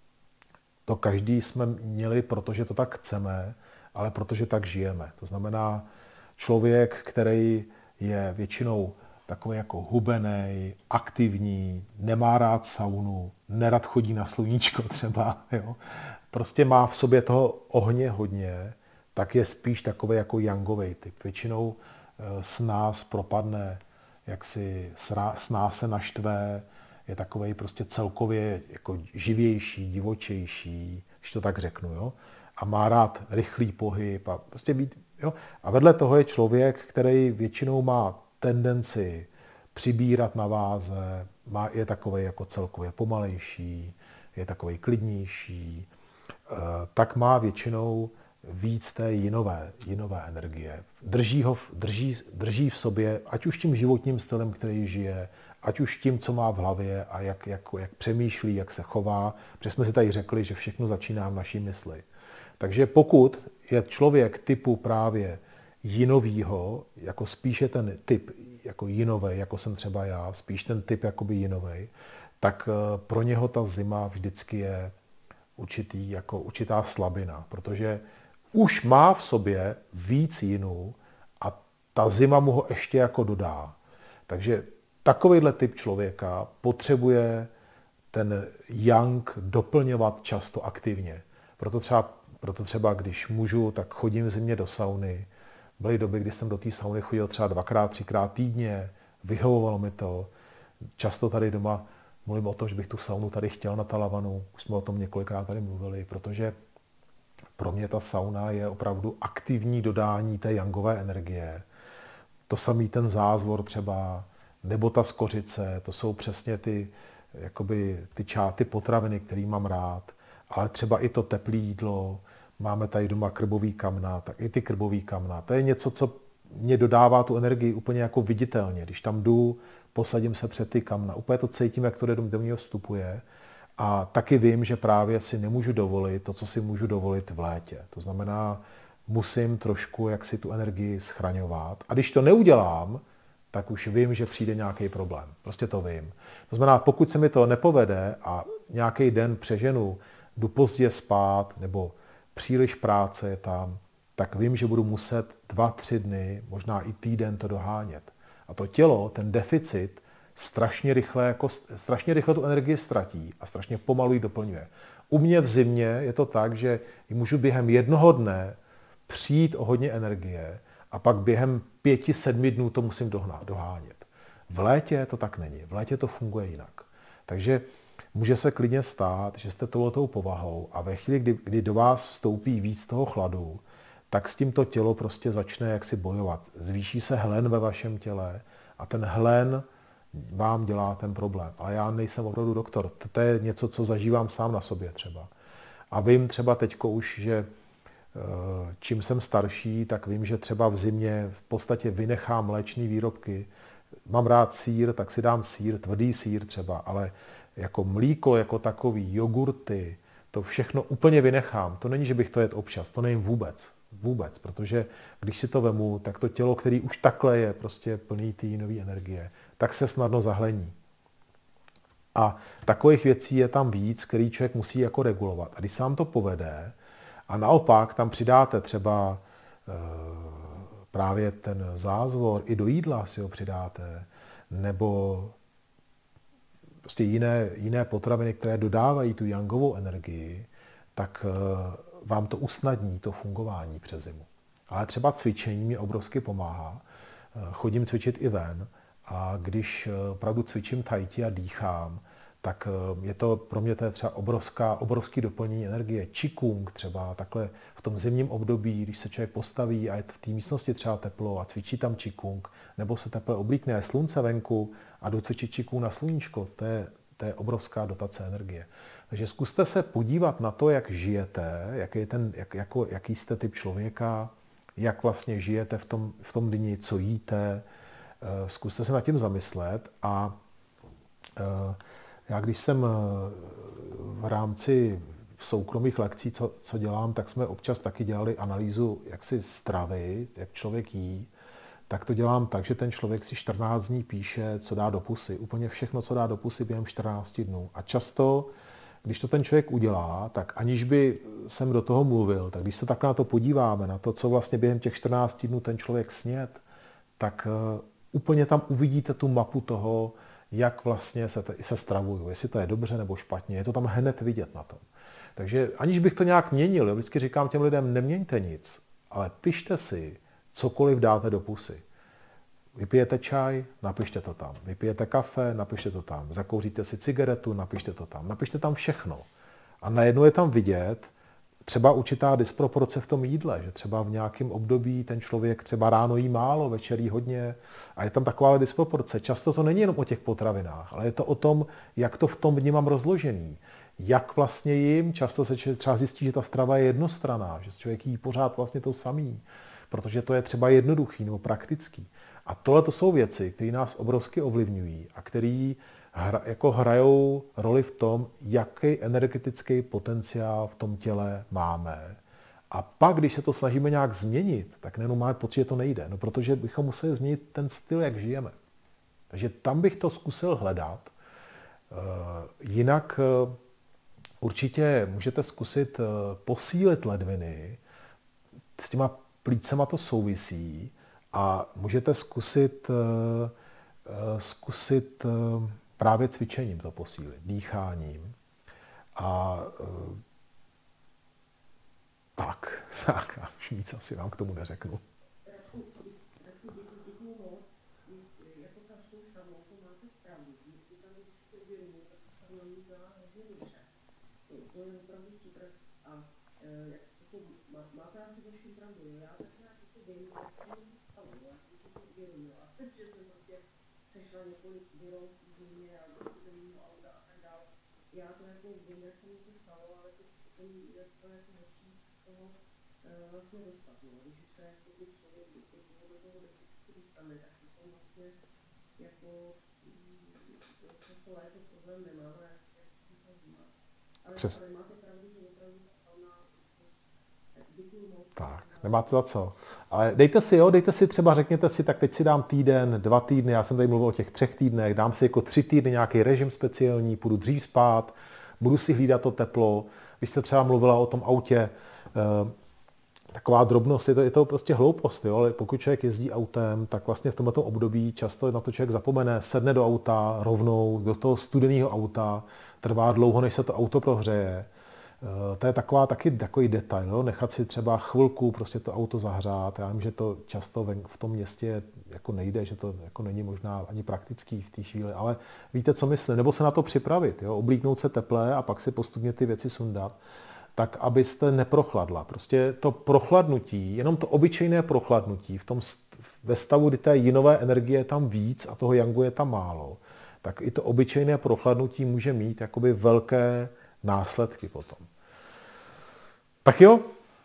Speaker 1: to každý jsme měli, protože to tak chceme, ale protože tak žijeme. To znamená, člověk, který je většinou takový jako hubenej, aktivní, nemá rád saunu, nerad chodí na sluníčko třeba, jo. Prostě má v sobě toho ohně hodně, tak je spíš takový jako jangovej typ. Většinou s nás propadne, jak si s nás se naštve, je takovej prostě celkově jako živější, divočejší, když to tak řeknu, jo. A má rád rychlý pohyb a prostě být, jo. A vedle toho je člověk, který většinou má tendenci přibírat na váze, má, je takovej jako celkově pomalejší, je takovej klidnější, tak má většinou víc té jinové, jinové energie. Drží, ho, drží, drží v sobě, ať už tím životním stylem, který žije, ať už tím, co má v hlavě a jak, jak, jak přemýšlí, jak se chová, protože jsme si tady řekli, že všechno začíná v naší mysli. Takže pokud je člověk typu právě jinovýho, jako spíše ten typ jako jinovej, jako jsem třeba já, spíš ten typ jakoby jinovej, tak pro něho ta zima vždycky je určitý, jako určitá slabina, protože už má v sobě víc jinů a ta zima mu ho ještě jako dodá. Takže takovýhle typ člověka potřebuje ten yang doplňovat často aktivně. Proto třeba, proto třeba když můžu, tak chodím v zimě do sauny. Byly doby, kdy jsem do té sauny chodil třeba dvakrát, třikrát týdně, vyhovovalo mi to. Často tady doma mluvím o tom, že bych tu saunu tady chtěl na Talavanu. Už jsme o tom několikrát tady mluvili, protože pro mě ta sauna je opravdu aktivní dodání té yangové energie. To samý ten zázvor třeba, nebo ta skořice, to jsou přesně ty, jakoby, ty čáty potraviny, které mám rád, ale třeba i to teplé jídlo, máme tady doma krbový kamna, tak i ty krbový kamna. To je něco, co mě dodává tu energii úplně jako viditelně. Když tam jdu, posadím se před ty kamna, úplně to cítím, jak to do, do mě vstupuje. A taky vím, že právě si nemůžu dovolit to, co si můžu dovolit v létě. To znamená, musím trošku jak si tu energii schraňovat. A když to neudělám, tak už vím, že přijde nějaký problém. Prostě to vím. To znamená, pokud se mi to nepovede a nějaký den přeženu, jdu pozdě spát nebo příliš práce je tam, tak vím, že budu muset dva, tři dny, možná i týden to dohánět. A to tělo, ten deficit, strašně rychle, jako, strašně rychle tu energii ztratí a strašně pomalu ji doplňuje. U mě v zimě je to tak, že můžu během jednoho dne přijít o hodně energie a pak během pěti, sedmi dnů to musím dohnat, dohánět. V létě to tak není. V létě to funguje jinak. Takže může se klidně stát, že jste touhletou povahou a ve chvíli, kdy, kdy do vás vstoupí víc toho chladu, tak s tímto tělo prostě začne jaksi bojovat. Zvýší se hlen ve vašem těle a ten hlen vám dělá ten problém. Ale já nejsem opravdu doktor. To je něco, co zažívám sám na sobě třeba. A vím třeba teďko už, že čím jsem starší, tak vím, že třeba v zimě v podstatě vynechám mléčné výrobky. Mám rád sýr, tak si dám sýr, tvrdý sýr třeba, ale jako mlíko, jako takový, jogurty, to všechno úplně vynechám. To není, že bych to jedl občas, to nejím vůbec. Vůbec, protože když si to vemu, tak to tělo, který už takhle je prostě plný té nové energie, tak se snadno zahlení. A takových věcí je tam víc, který člověk musí jako regulovat. A když se vám to povede a naopak tam přidáte třeba e, právě ten zázvor, i do jídla si ho přidáte, nebo prostě jiné, jiné potraviny, které dodávají tu yangovou energii, tak e, vám to usnadní to fungování přes zimu. Ale třeba cvičení mi obrovsky pomáhá. Chodím cvičit i ven a když opravdu cvičím tai chi a dýchám, tak je to pro mě to je třeba obrovská, obrovský doplnění energie. Qigong třeba takhle v tom zimním období, když se člověk postaví a je v té místnosti třeba teplo a cvičí tam Qigong, nebo se teple oblíkne, je slunce venku a jdu cvičit Qigong na sluníčko, to je, to je obrovská dotace energie. Takže zkuste se podívat na to, jak žijete, jaký, je ten, jak, jako, jaký jste typ člověka, jak vlastně žijete v tom, v tom dni, co jíte. Zkuste se nad tím zamyslet a já když jsem v rámci soukromých lekcí, co, co dělám, tak jsme občas taky dělali analýzu jaksi stravy, jak člověk jí, tak to dělám tak, že ten člověk si čtrnáct dní píše, co dá do pusy. Úplně všechno, co dá do pusy během čtrnácti dnů. A často, když to ten člověk udělá, tak aniž by jsem do toho mluvil, tak když se takhle na to podíváme, na to, co vlastně během těch čtrnácti dnů ten člověk sněd, tak uh, úplně tam uvidíte tu mapu toho, jak vlastně se, te, se stravuju, jestli to je dobře nebo špatně. Je to tam hned vidět na tom. Takže aniž bych to nějak měnil, já vždycky říkám těm lidem, neměňte nic, ale pište si, cokoliv dáte do pusy. Vypijete čaj, napište to tam. Vypijete kafe, napište to tam. Zakouříte si cigaretu, napište to tam. Napište tam všechno. A najednou je tam vidět třeba určitá disproporce v tom jídle, že třeba v nějakém období ten člověk třeba ráno jí málo, večer jí hodně a je tam taková disproporce. Často to není jenom o těch potravinách, ale je to o tom, jak to v tom dni mám rozložený. Jak vlastně jim, často se třeba zjistí, že ta strava je jednostranná, že člověk jí pořád vlastně to samý, protože to je třeba jednoduchý nebo praktický. A tohle to jsou věci, které nás obrovsky ovlivňují a které hra, jako hrajou roli v tom, jaký energetický potenciál v tom těle máme. A pak, když se to snažíme nějak změnit, tak nejenom máme pocit, že to nejde. No, protože bychom museli změnit ten styl, jak žijeme. Takže tam bych to zkusil hledat. Jinak určitě můžete zkusit posílit ledviny. S těma plícema to souvisí. A můžete zkusit, zkusit právě cvičením to posílit, dýcháním. A tak, tak, já už víc asi vám k tomu neřeknu.
Speaker 4: Radku, děkuju moc. Jako ta svou samotu máte pravdu. Vy tam, když si to uvědomíte, tak ta samotu dělá hodně dobře. To je opravdu super. A máte asi vaši pravdu. Já tak nějak to vím, jak jsem to stalo. Já jsem si to uvědomila. Takže jsem prostě přešla několik vyrostů z mě a do studeného auta a tak dále. Já to jako vím, jak se mi to stalo, ale teď potom je to jako horší se z toho uh, vlastně dostat. No. Když už se jako člověk do toho, do toho deficitu dostane, tak potom vlastně jako přes to léto problém nemám, jak, jak to vnímám. Ale, ale máte pravdu, že opravdu ta sauna, tak děkuju moc.
Speaker 1: Tak, nemáte za co. Ale dejte si, jo, dejte si třeba, řekněte si, tak teď si dám týden, dva týdny, já jsem tady mluvil o těch třech týdnech, dám si jako tři týdny nějaký režim speciální, půjdu dřív spát, budu si hlídat to teplo. Vy jste třeba mluvila o tom autě, eh, taková drobnost, je to, je to prostě hloupost, jo, ale pokud člověk jezdí autem, tak vlastně v tomto období často na to člověk zapomene, sedne do auta rovnou, do toho studeného auta, trvá dlouho, než se to auto prohřeje. To je taková taky takový detail, jo? Nechat si třeba chvilku prostě to auto zahřát. Já vím, že to často v tom městě jako nejde, že to jako není možná ani praktický v té chvíli, ale víte, co myslím, nebo se na to připravit, jo? Oblíknout se teplé a pak si postupně ty věci sundat, tak abyste neprochladla. Prostě to prochladnutí, jenom to obyčejné prochladnutí v tom, ve stavu, kdy té jinové energie je tam víc a toho yangu je tam málo, tak i to obyčejné prochladnutí může mít jakoby velké následky potom. Tak jo,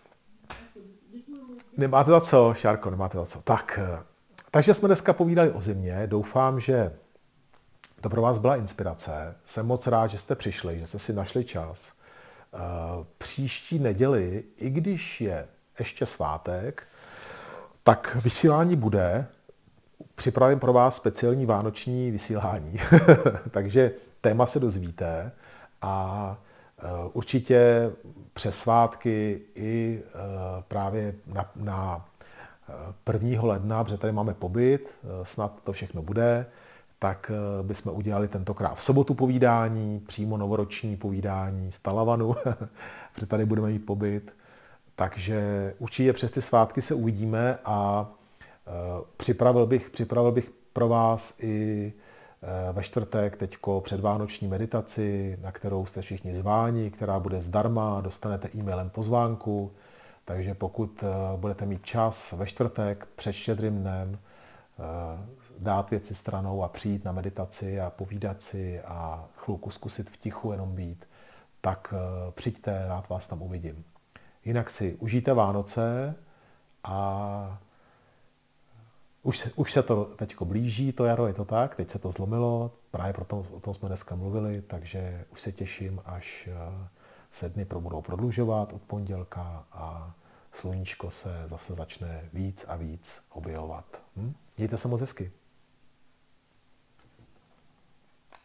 Speaker 1: nemáte za co, Šárko, nemáte za co. Tak, takže jsme dneska povídali o zimě. Doufám, že to pro vás byla inspirace. Jsem moc rád, že jste přišli, že jste si našli čas. Příští neděli, i když je ještě svátek, tak vysílání bude. Připravím pro vás speciální vánoční vysílání. Takže téma se dozvíte a určitě přes svátky i právě na, na prvního ledna, protože tady máme pobyt, snad to všechno bude, tak bychom udělali tentokrát v sobotu povídání, přímo novoroční povídání z Talavanu, protože tady budeme mít pobyt. Takže určitě přes ty svátky se uvidíme a připravil bych, připravil bych pro vás i ve čtvrtek teďko předvánoční meditaci, na kterou jste všichni zváni, která bude zdarma, dostanete e-mailem pozvánku, takže pokud budete mít čas ve čtvrtek před Štědrým dnem dát věci stranou a přijít na meditaci a povídat si a chvilku zkusit v tichu jenom být, tak přijďte, rád vás tam uvidím. Jinak si užijte Vánoce a Už se, už se to teďko blíží, to jaro, je to tak, teď se to zlomilo, právě proto o tom jsme dneska mluvili, takže už se těším, až se dny budou prodlužovat od pondělka a sluníčko se zase začne víc a víc objevovat. Hm? Mějte se moc hezky.